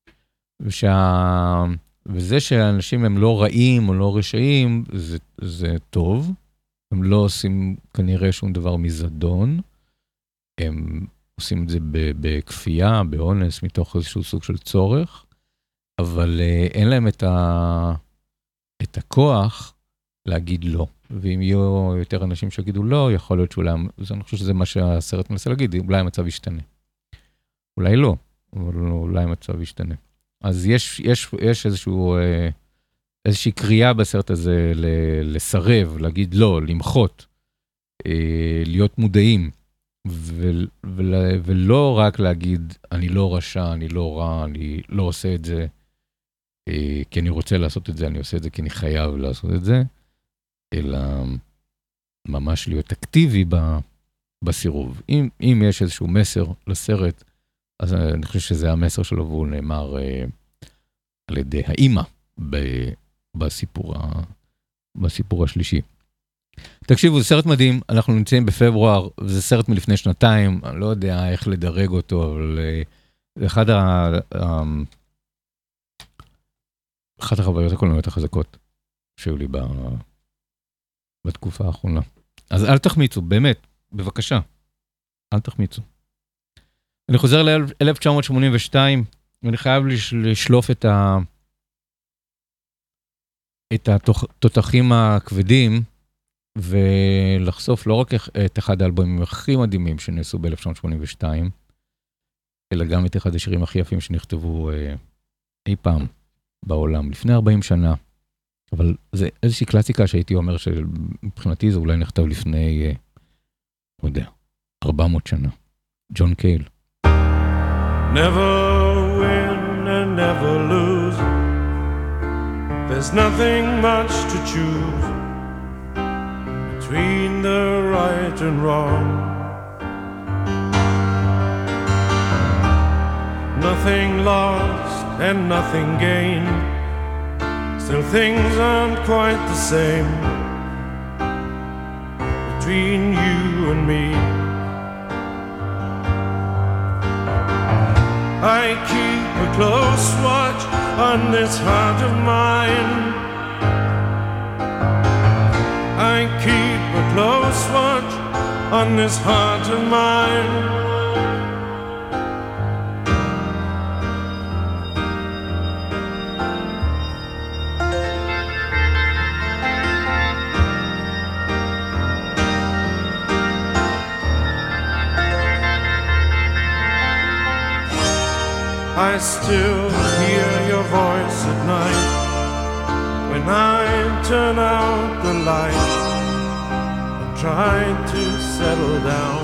וזה שהאנשים הם לא רעים או לא רשעים, זה טוב. הם לא עושים כנראה שום דבר מזדון. הם עושים את זה בכפייה, באונס, מתוך איזשהו סוג של צורך. אבל אין להם את הכוח להגיד לא. ואם יהיו יותר אנשים שיגידו לא, יכול להיות שאולי, אני חושב שזה מה שהסרט מנסה להגיד, אולי המצב ישתנה. אולי לא, אבל אולי המצב ישתנה. אז יש איזשהו איזושהי קריאה בסרט הזה לסרב, להגיד לא, למחות, להיות מודעים, ולא רק להגיד, אני לא רשע, אני לא רע, אני לא עושה את זה, כי אני רוצה לעשות את זה, אני עושה את זה כי אני חייב לעשות את זה, אלא ממש להיות אקטיבי בסירוב. אם יש איזשהו מסר לסרט, אז אני חושב שזה המסר שלו, והוא נאמר על ידי האמא בסיפור השלישי. תקשיבו, זה סרט מדהים, אנחנו נמצאים בפברואר, וזה סרט מלפני שנתיים, אני לא יודע איך לדרג אותו, אבל זה אחת החוויות הקולנועיות החזקות שהיו לי בתקופה האחרונה. אז אל תחמיצו, באמת, בבקשה, אל תחמיצו. אני חוזר ל-1982, ואני חייב לשלוף את התותחים הכבדים, ולחשוף לא רק את אחד האלבומים הכי מדהימים שנעשו ב-1982, אלא גם את אחד השירים הכי יפים שנכתבו אי פעם בעולם, לפני 40 שנה. אבל זה איזושהי קלאסיקה שהייתי אומר שמבחינתי זה אולי נכתב לפני, לא יודע, 400 שנה. ג'ון קייל. Never win and never lose. There's nothing much to choose between the right and wrong. Nothing lost and nothing gained. Still things aren't quite the same between you and me. I keep a close watch on this heart of mine. I keep a close watch on this heart of mine. I still hear your voice at night when I turn out the light and try to settle down.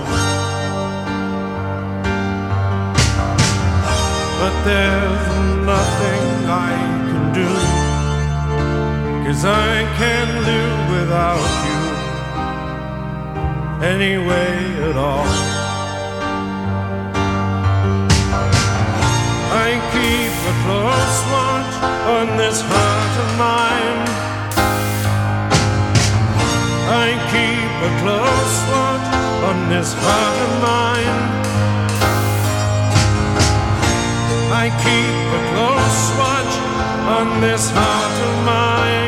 But there's nothing I can do, 'cause I can't live without you any way at all. I keep a close watch on this heart of mine. I keep a close watch on this heart of mine. I keep a close watch on this heart of mine.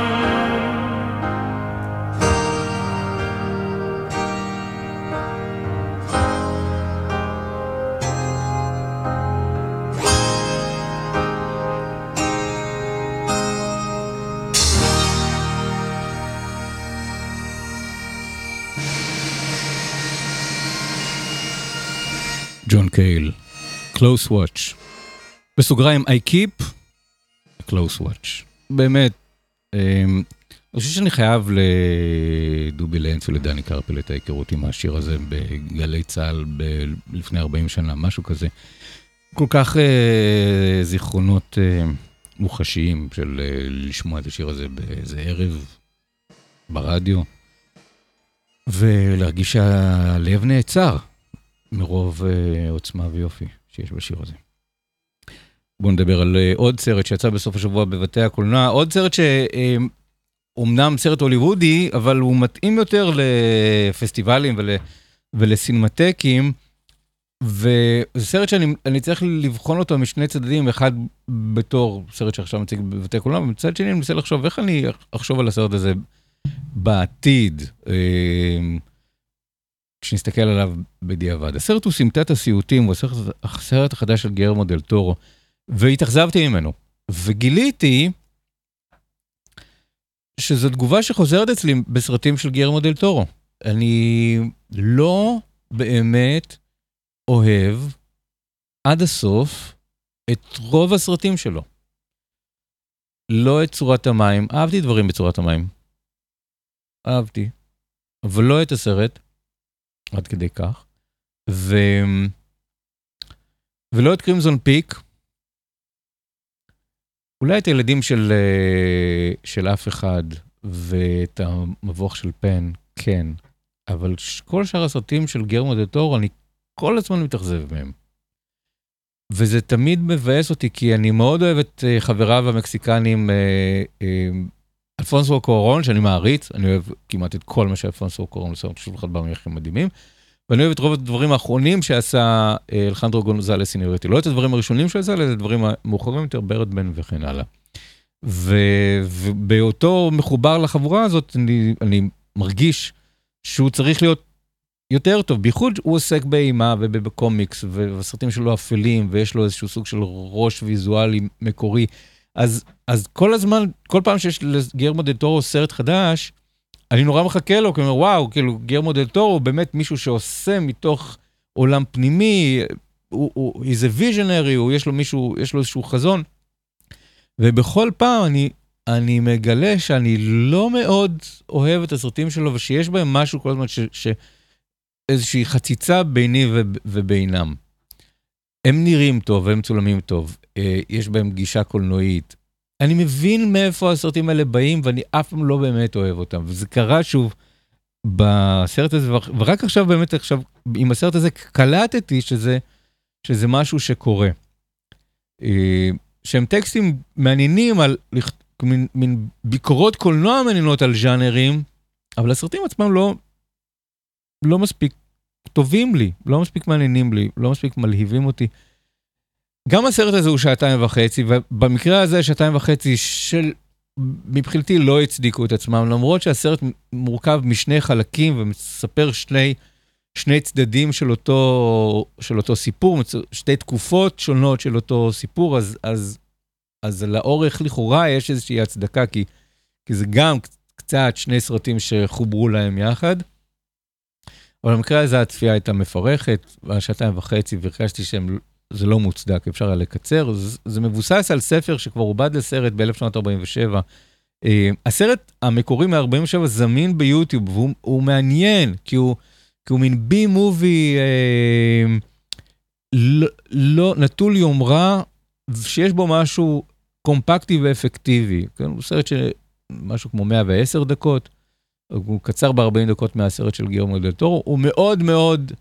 ג'ון קייל, Close Watch. בסוגריים, I keep a close watch. באמת, אני חושב שאני חייב לדובי לנץ ולדני קרפל את ההיכרות עם השיר הזה בגלי צהל לפני 40 שנה, משהו כזה. כל כך זיכרונות מוחשיים של לשמוע את השיר הזה באיזה ערב ברדיו, ולהרגיש שהלב נעצר מרוב עוצמה ויופי שיש בשיר הזה. בואו נדבר על עוד סרט שיצא בסוף השבוע בבתי הקולנוע, עוד סרט שאומנם סרט הוליוודי, אבל הוא מתאים יותר לפסטיבלים ולסינמטקים, וזה סרט שאני צריך לבחון אותו משני צדדים, אחד בתור סרט שעכשיו מציג בבתי הקולנוע, ומצד שני אני מנסה לחשוב איך אני אחשוב על הסרט הזה בעתיד, כשנסתכל עליו בדיעבד. הסרט הוא סמטת הסיוטים, הוא הסרט החדש של גילרמו דל טורו, והתאכזבתי ממנו, וגיליתי שזו תגובה שחוזרת אצלי בסרטים של גילרמו דל טורו. אני לא באמת אוהב עד הסוף את רוב הסרטים שלו. לא את צורת המים, אהבתי דברים בצורת המים. אהבתי. אבל לא את הסרט, עד כדי כך. ולא את קרימזון פיק. אולי את הילדים של אף אחד, ואת המבוך של פן, כן. אבל כל שאר הסרטים של גילרמו דל טורו, אני כל הזמן מתאכזב מהם. וזה תמיד מבאס אותי, כי אני מאוד אוהב את חבריו המקסיקנים, אלפונסו קוארון, שאני מעריץ, אני אוהב כמעט את כל מה שאלפונסו קוארון עושה, פשוט אחד במייחים מדהימים, ואני אוהב את רוב הדברים האחרונים שעשה אלחנדרו גונזלס איניוריטי, לא את הדברים הראשונים שעשה, אלא את הדברים המאוחרים יותר, ברד בן וכן הלאה. ובאותו מחובר לחבורה הזאת, אני מרגיש שהוא צריך להיות יותר טוב, בייחוד הוא עוסק באימה ובקומיקס, והסרטים שלו אפלים, ויש לו איזשהו סוג של ראש ויזואלי מקורי, אז כל הזמן, כל פעם שיש לגילרמו דל טורו סרט חדש, אני נורא מחכה לו, כי אומר, וואו, כאילו, גילרמו דל טורו הוא באמת מישהו שעושה מתוך עולם פנימי, הוא is a visionary, יש לו איזשהו חזון, ובכל פעם אני מגלה שאני לא מאוד אוהב את הסרטים שלו, ושיש בהם משהו כל הזמן איזושהי חציצה ביני ובינם. הם נראים טוב, הם צולמים טוב, יש בהם גישה קולנועית. אני מבין מאיפה הסרטים האלה באים, ואני אף פעם לא באמת אוהב אותם. וזה קרה שוב בסרט הזה, ורק עכשיו באמת, עם הסרט הזה קלטתי שזה משהו שקורה. שהם טקסטים מעניינים על מין ביקורות קולנוע מעניינות על ז'אנרים, אבל הסרטים עצמם לא מספיק טובים לי, לא מספיק מעניינים לי, לא מספיק מלהיבים אותי. גם הסרט הזה הוא 2.5, ובמקרה הזה 2.5 של מבחינתי לא הצדיקו את עצמם, למרות שהסרט מורכב משני חלקים ומספר שני צדדים של אותו סיפור, שתי תקופות שונות של אותו סיפור, אז לאורך לכאורה יש איזושהי הצדקה, כי זה גם קצת שני סרטים שחוברו להם יחד, אבל במקרה הזה הצפייה הייתה מפרכת, 2.5, והרגשתי שזה לא מוצדק, אפשר היה לקצר, זה מבוסס על ספר שכבר עובד לסרט ב-1947, הסרט המקורי מ-47 זמין ביוטיוב, והוא מעניין, כי הוא מין בי מובי, לא נטול יומרה, שיש בו משהו קומפקטי ואפקטיבי, הוא סרט שמשהו כמו 110 דקות, הוא קצר ב-40 דקות מהסרט של גילרמו דל טורו, הוא מאוד מאוד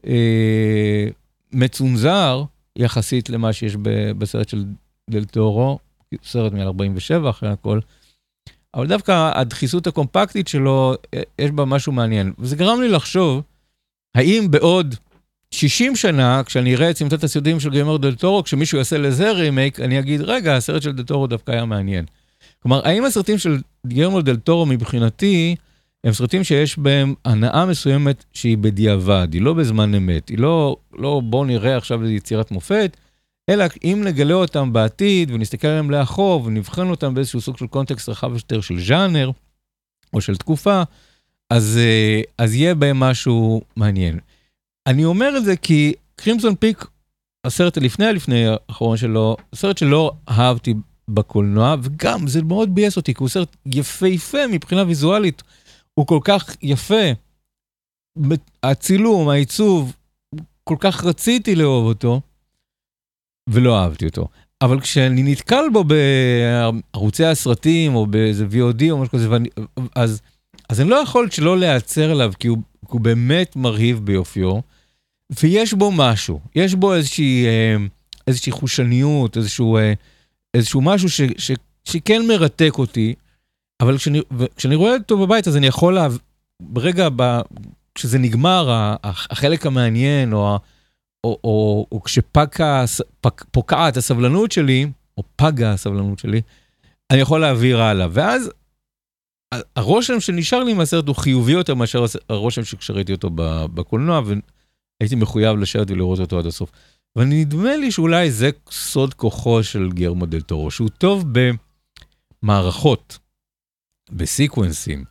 מצונזר יחסית למה שיש בסרט של דל טורו, סרט מ-47 אחרי הכל, אבל דווקא הדחיסות הקומפקטית שלו, יש בה משהו מעניין. וזה גרם לי לחשוב, האם בעוד 60 שנה, כשאני אראה את סמטת הסרטים של גילרמו דל טורו, כשמישהו יעשה לזה רימייק, אני אגיד, רגע, הסרט של דל טורו דווקא היה מעניין. כלומר, האם הסרטים של גילרמו דל טורו מבחינתי, הם סרטים שיש בהם הנאה מסוימת שהיא בדיעבד, היא לא בזמן אמת, היא לא בואו נראה עכשיו איזו יצירת מופת, אלא אם נגלה אותם בעתיד ונסתכל עליהם לאחור ונבחן אותם באיזשהו סוג של קונטקסט רחב יותר של ז'אנר או של תקופה, אז יהיה בהם משהו מעניין. אני אומר את זה כי קרימזון פיק, הסרט לפני האחרון שלו, הסרט שלא אהבתי בקולנוע, וגם זה מאוד בייס אותי, כי הוא סרט יפהפה מבחינה ויזואלית, הוא כל כך יפה, הצילום, העיצוב, כל כך רציתי לאהוב אותו, ולא אהבתי אותו. אבל כשאני נתקל בו בערוצי הסרטים, או באיזה VOD או משהו כזה, אז אני לא יכול שלא להיעצר עליו, כי הוא באמת מרהיב ביופיו, ויש בו משהו, יש בו איזושהי חושניות, איזשהו משהו שכן מרתק אותי, אבל כשאני רואה אותו בבית, אז אני יכול ברגע, כשזה נגמר, החלק המעניין, או כשפוקעת הסבלנות שלי, או פגה הסבלנות שלי, אני יכול להעביר הלאה. ואז הרושם שנשאר לי מהסרט הוא חיובי יותר מאשר הרושם שכשראיתי אותו בקולנוע, והייתי מחויב לשבת ולראות אותו עד הסוף. ונדמה לי שאולי זה סוד כוחו של גילרמו דל טורו, שהוא טוב במערכות, בסיקוונסים,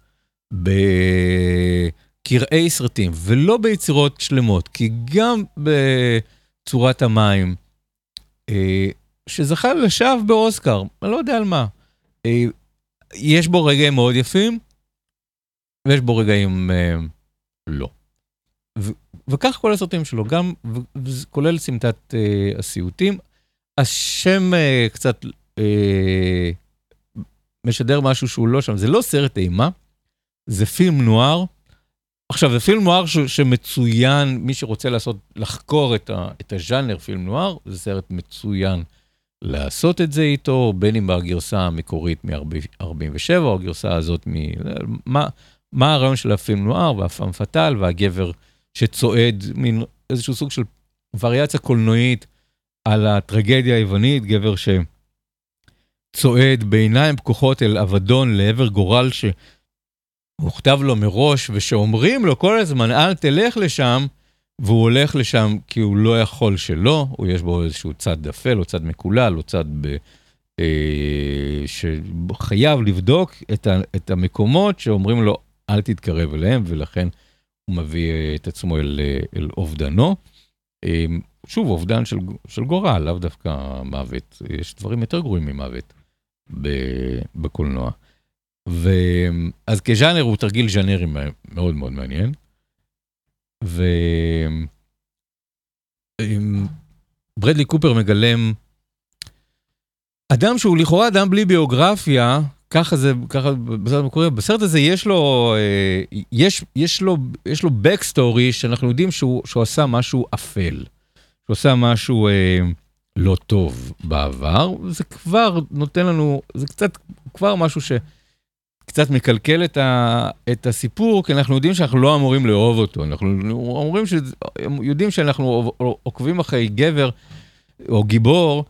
בקרעי סרטים, ולא ביצירות שלמות, כי גם בצורת המים, שזכה לשווא באוסקר, אני לא יודע על מה, יש בו רגעים מאוד יפים, ויש בו רגעים לא. וכך כל הסרטים שלו, גם, כולל סמטת הסיוטים, השם קצת משדר משהו שהוא לא שם, זה לא סרט אימה, זה פילם נואר, עכשיו זה פילם נואר שמצוין, מי שרוצה לחקור את הז'אנר פילם נואר, זה סרט מצוין לעשות את זה איתו, בין אם בגרסה המקורית מ-47, או הגרסה הזאת מה הרעיון של הפילם נואר, והפעם פטל, והגבר שצועד, מין איזשהו סוג של וריאציה קולנועית על הטרגדיה היוונית, גבר שצועד בעיניים פקוחות אל אבדון לעבר גורל שהוכתב לו מראש, ושאומרים לו כל הזמן, אל תלך לשם, והוא הולך לשם כי הוא לא יכול שלא, הוא יש בו איזשהו צד דפל, או צד מקולל, או צד שחייב לבדוק את המקומות שאומרים לו, אל תתקרב אליהם, ולכן הוא מביא את עצמו אל אובדנו. שוב, אובדן של גורל, לאו דווקא מוות. יש דברים יותר גרועים ממוות בקולנוע. אז כז'אנר הוא תרגיל ז'אנרי מאוד מאוד מעניין. ברדלי קופר מגלם אדם שהוא לכאורה אדם בלי ביוגרפיה, ככה בסרט המקורי, בסרט הזה יש לו backstory שאנחנו יודעים שהוא עשה משהו אפל, שהוא עשה משהו לא טוב בעבר, זה כבר נותן לנו, זה קצת כבר משהו שקצת מקלקל את הסיפור, כי אנחנו יודעים שאנחנו לא אמורים לאהוב אותו, אנחנו יודעים שאנחנו עוקבים אחרי גבר או גיבור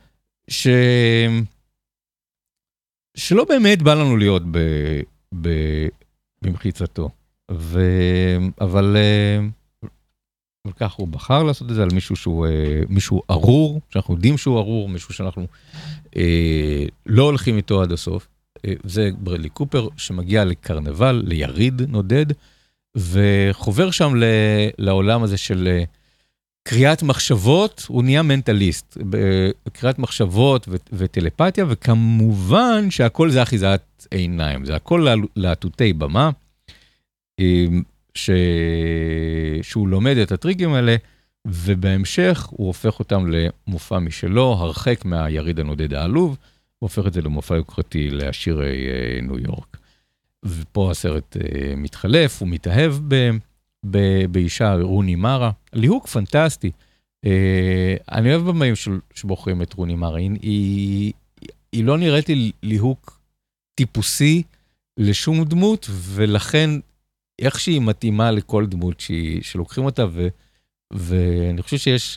שלא באמת בא לנו להיות במחיצתו, אבל כך הוא בחר לעשות את זה על מישהו ארור, שאנחנו יודעים שהוא ארור, מישהו שאנחנו לא הולכים איתו עד הסוף. זה ברדלי קופר שמגיע לקרנבל, ליריד נודד, וחובר שם לעולם הזה של קריאת מחשבות, הוא נהיה מנטליסט, קריאת מחשבות וטלפתיה, וכמובן שהכל זה אחיזת עיניים, זה הכל להטוטי במה, שהוא לומד את הטריקים האלה, ובהמשך הוא הופך אותם למופע משלו, הרחק מהיריד הנודד העלוב, הוא הופך את זה למופע יוקרתי לעשירי ניו יורק. ופה הסרט מתחלף, הוא מתאהב באישה רוני מארה, ליהוק פנטסטי. אני אוהב במאים שבוחרים את רוני מארה, היא לא נראית לי ליהוק טיפוסי לשום דמות, ולכן איך שהיא מתאימה לכל דמות שלוקחים אותה, ואני חושב שיש,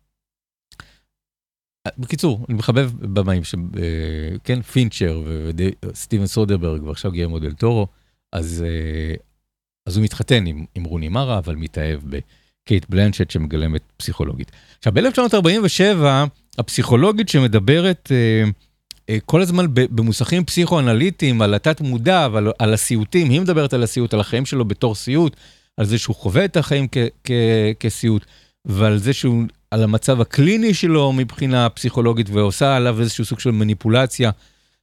בקיצור, אני מחבב במאים, כן, פינצ'ר וסטיבן סודרברג, ועכשיו גילרמו דל טורו, אז הוא מתחתן עם רוני מארה, אבל מתאהב בקייט בלנצ'ט שמגלמת פסיכולוגית. עכשיו, ב-1947, הפסיכולוגית שמדברת כל הזמן במוסכים פסיכואנליטיים, על התת מודע, על הסיוטים, היא מדברת על הסיוט, על החיים שלו בתור סיוט, על זה שהוא חווה את החיים כסיוט, ועל זה שהוא, על המצב הקליני שלו מבחינה פסיכולוגית, ועושה עליו איזשהו סוג של מניפולציה,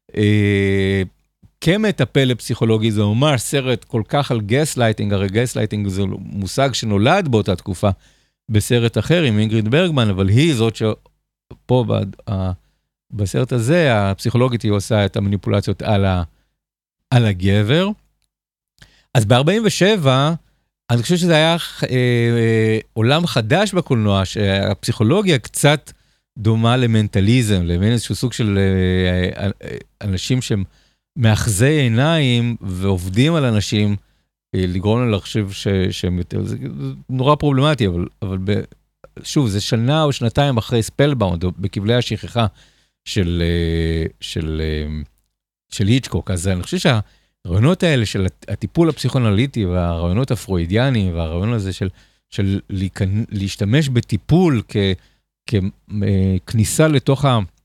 כמטפל לפסיכולוגי, זה ממש סרט כל כך על גסלייטינג, הרי גסלייטינג זה מושג שנולד באותה תקופה, בסרט אחר עם אינגריד ברגמן, אבל היא זאת שפה בסרט הזה, הפסיכולוגית היא עושה את המניפולציות על הגבר. אז ב-47, אני חושב שזה היה עולם חדש בקולנוע, שהפסיכולוגיה קצת דומה למנטליזם, למין איזשהו סוג של אנשים שהם מאחזי עיניים ועובדים על אנשים, לגרום להם לחשב שהם יותר, זה נורא פרובלמטי, אבל שוב, זה שנה או שנתיים אחרי ספלבאונד, בכבלי השכחה של היצ'קוק, אז אני חושב שהרעיונות האלה של הטיפול הפסיכואנליטי, והרעיונות הפרוידיאניים, והרעיון הזה של להשתמש בטיפול ככניסה לתוך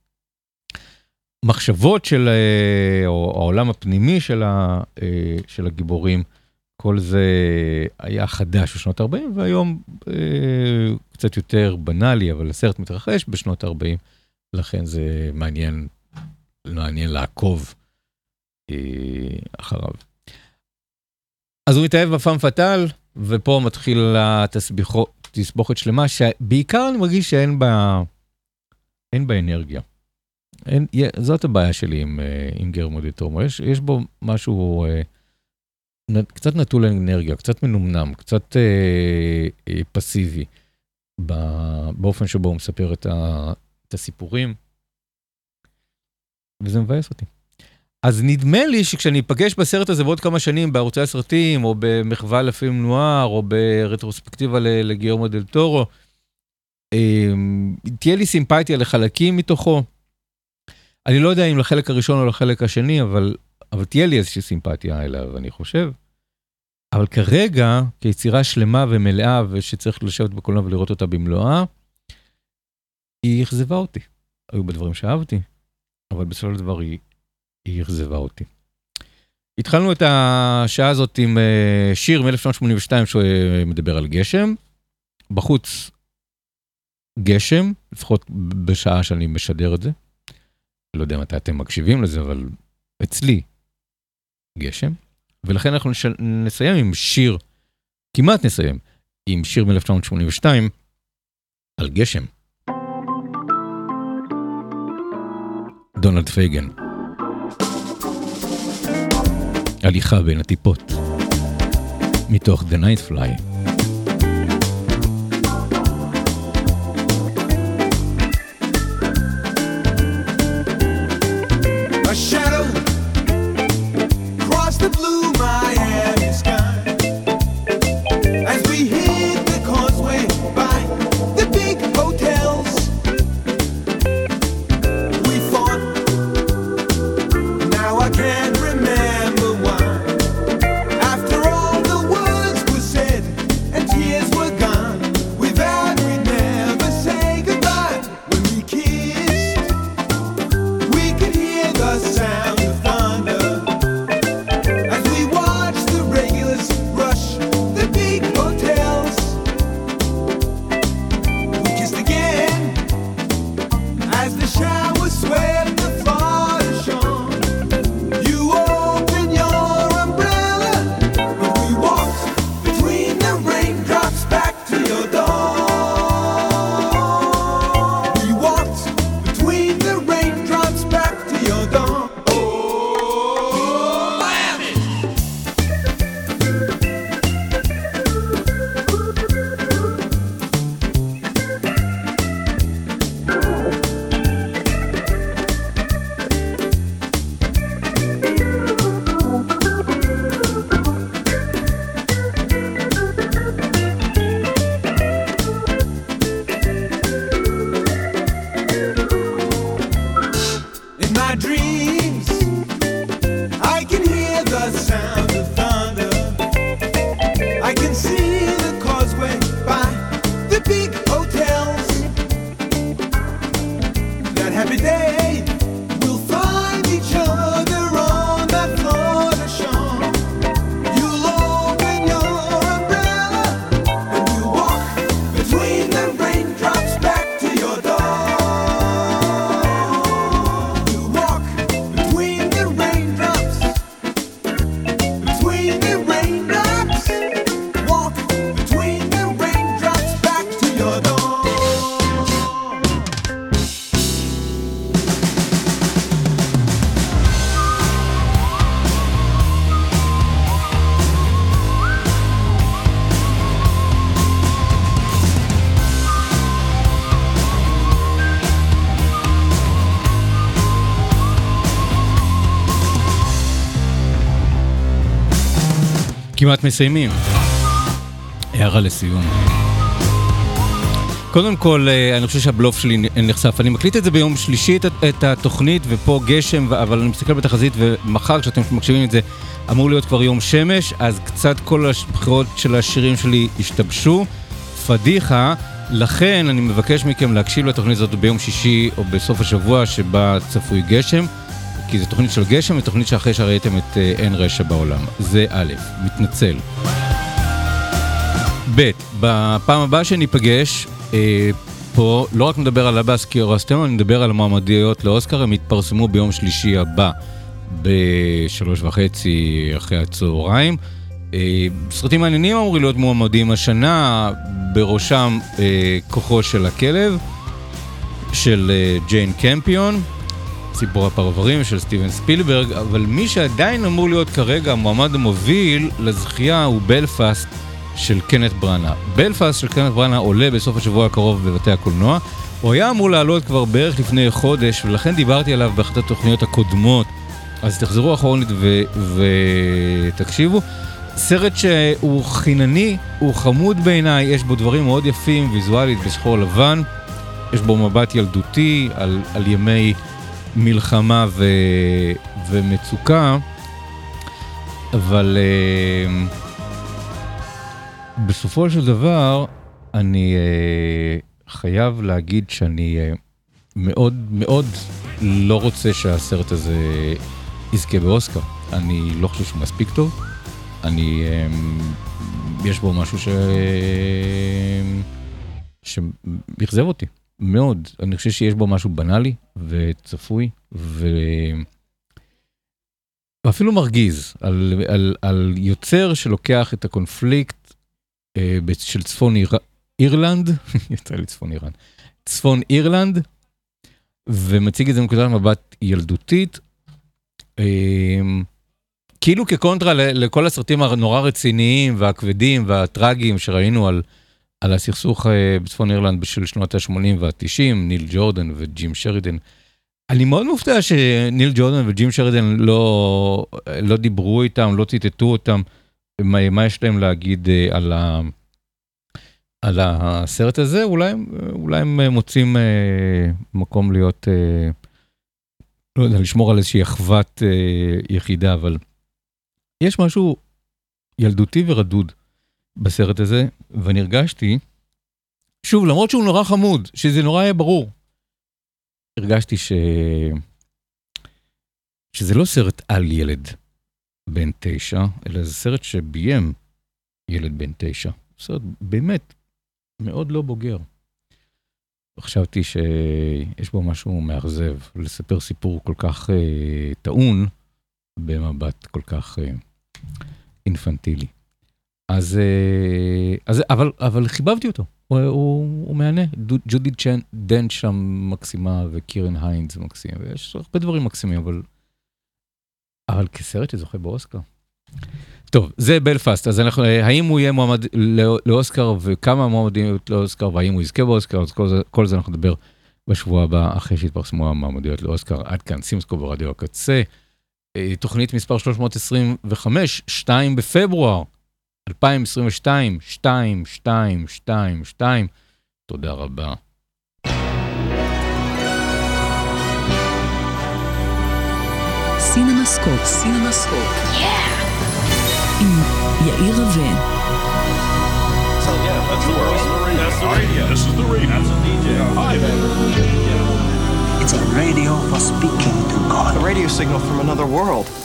המחשבות של, או העולם הפנימי של הגיבורים, כל זה היה חדש בשנות 40, והיום קצת יותר בנאלי, אבל הסרט מתרחש בשנות 40, לכן זה מעניין לעקוב אחריו. אז הוא מתאהב בפאם פטל, ופה מתחיל תסבוכת שלמה, שבעיקר אני מרגיש שאין בה אנרגיה. זאת הבעיה שלי עם גרמו דה טורו. יש בו משהו קצת נטול אנרגיה, קצת מנומנם, קצת פסיבי, באופן שבו הוא מספר את הסיפורים, וזה מבאס אותי. אז נדמה לי שכשאני אפגש בסרט הזה בעוד כמה שנים, בערוצי הסרטים, או במחווה לפילם נואר, או ברטרוספקטיבה לגרמו דה טורו, תהיה לי סימפתיה לחלקים מתוכו. אני לא יודע אם לחלק הראשון או לחלק השני, אבל תהיה לי איזושהי סימפתיה אליו, אני חושב. אבל כרגע, כיצירה שלמה ומלאה, ושצריך לשבת בקולנוע ולראות אותה במלואה, היא אכזבה אותי. היו בדברים שאהבתי, אבל בסופו של דבר היא אכזבה אותי. התחלנו את השעה הזאת עם שיר מ-1982 שמדבר על גשם. בחוץ גשם, לפחות בשעה שאני משדר את זה. לא יודע מתי אתם מקשיבים לזה, אבל אצלי גשם. ולכן אנחנו נסיים עם שיר, כמעט נסיים, עם שיר מ-1982 על גשם. דונלד פייגן. הליכה בין הטיפות. מתוך The Night Fly. A shadow across the blue Miami sky as we hit the causeway by the big hotels. We fought, now I can't remember why. After all the words were said and tears were gone, we vowed we'd never say goodbye. When we kissed, we could hear the sound of thunder as we watched the regulars rush the big hotels. We kissed again as the shower swept the Florida shore. You opened your umbrella and we walked between the raindrops back to your door. We walked between the raindrops back to your door. Oh, Miami! In my dreams, I can hear the sound of thunder. I can see the causeway by the big hotels. That happy day, we'll find each other on that Florida shore. You'll open your umbrella and we'll walk between the raindrops back to your door. We'll walk between the raindrops, between the raindrops, walk between the raindrops back to your door. כמעט מסיימים. הערה לסיום. קודם כל, אני חושב שהבלוף שלי נחשף. אני מקליט את זה ביום שלישי, את התוכנית, ופה גשם, אבל אני מסתכל בתחזית, ומחר כשאתם מקשיבים את זה, אמור להיות כבר יום שמש, אז קצת כל הבחירות של השירים שלי השתבשו. פדיחה, לכן אני מבקש מכם להקשיב לתוכנית הזאת ביום שישי, או בסוף השבוע שבה צפוי גשם, כי זו תוכנית של גשם, ותוכנית שאחרי שראיתם את אין רשע בעולם. זה א', מתנצל. ב', בפעם הבאה שניפגש, פה לא רק נדבר על הבאס קיורסטם, אני נדבר על המועמדיות לאוסקר, הם יתפרסמו ביום שלישי הבא ב3:30 אחרי הצהריים. סרטים מעניינים אמורים להיות מועמדים השנה, בראשם כוחו של הכלב, של ג'יין קמפיון, סיפור הפרברים של סטיבן ספילברג, אבל מי שעדיין אמור להיות כרגע המועמד המוביל לזכייה הוא בלפאסט של קנת ברנה. בלפאסט של קנת ברנה עולה בסוף השבוע הקרוב בבתי הקולנוע. הוא היה אמור לעלות כבר בערך לפני חודש, ולכן דיברתי עליו באחת התוכניות הקודמות, אז תחזרו אחרונית ותקשיבו. סרט שהוא חינני, הוא חמוד בעיניי, יש בו דברים מאוד יפים, ויזואלית בשחור לבן, יש בו מבט ילדותי על ימי מלחמה ומצוקה, אבל בסופו של דבר אני חייב להגיד שאני מאוד מאוד לא רוצה שהסרט הזה יזכה באוסקר. אני לא חושב שהוא מספיק טוב. יש בו משהו שיחזב אותי מאוד. אני חושב שיש בו משהו בנאלי וצפוי ואפילו מרגיז על יוצר שלוקח את הקונפליקט של צפון אירלנד, יצא לי צפון אירלנד, ומציג את זה מנקודת מבט ילדותית, כאילו כקונטרה לכל הסרטים הנורא רציניים והכבדים והטרגיים שראינו על הסכסוך בצפון אירלנד בשל שנות ה-80 וה-90, ניל ג'ורדן וג'ים שרידן. אני מאוד מופתע שניל ג'ורדן וג'ים שרידן לא דיברו איתם, לא ציטטו אותם, מה יש להם להגיד על הסרט הזה. אולי הם מוצאים מקום להיות, לא יודע, לשמור על איזושהי אחוות יחידה, אבל יש משהו ילדותי ורדוד בסרט הזה, ואני הרגשתי, שוב, למרות שהוא נורא חמוד, שזה נורא היה ברור, הרגשתי שזה לא סרט על ילד בן 9, אלא זה סרט שביים ילד בן 9. סרט באמת מאוד לא בוגר. חשבתי שיש בו משהו מאכזב, לספר סיפור כל כך טעון, במבט כל כך אינפנטילי. אבל חיבבתי אותו. הוא מענה. ג'ודי דנץ' שם מקסימה, וקירן היינס מקסים, ויש הרבה דברים מקסימים, אבל כסרט שזוכה באוסקר. טוב, זה בלפאסט. אז האם הוא יהיה מועמד לאוסקר, וכמה מועמדים לאוסקר, והאם הוא יזכה באוסקר, אז כל זה אנחנו נדבר בשבוע הבא, אחרי שהתפרסמו המועמדויות לאוסקר. עד כאן, סימסקו ברדיו הקצה. תוכנית מספר 325, 2 בפברואר 2022, 2222. תודה רבה. סינמסקופ, עם יאיר רווה. So yeah, that's the world. That's the radio. This is the radio. That's a DJ. Hi, man. It's a radio for speaking to God. A radio signal from another world.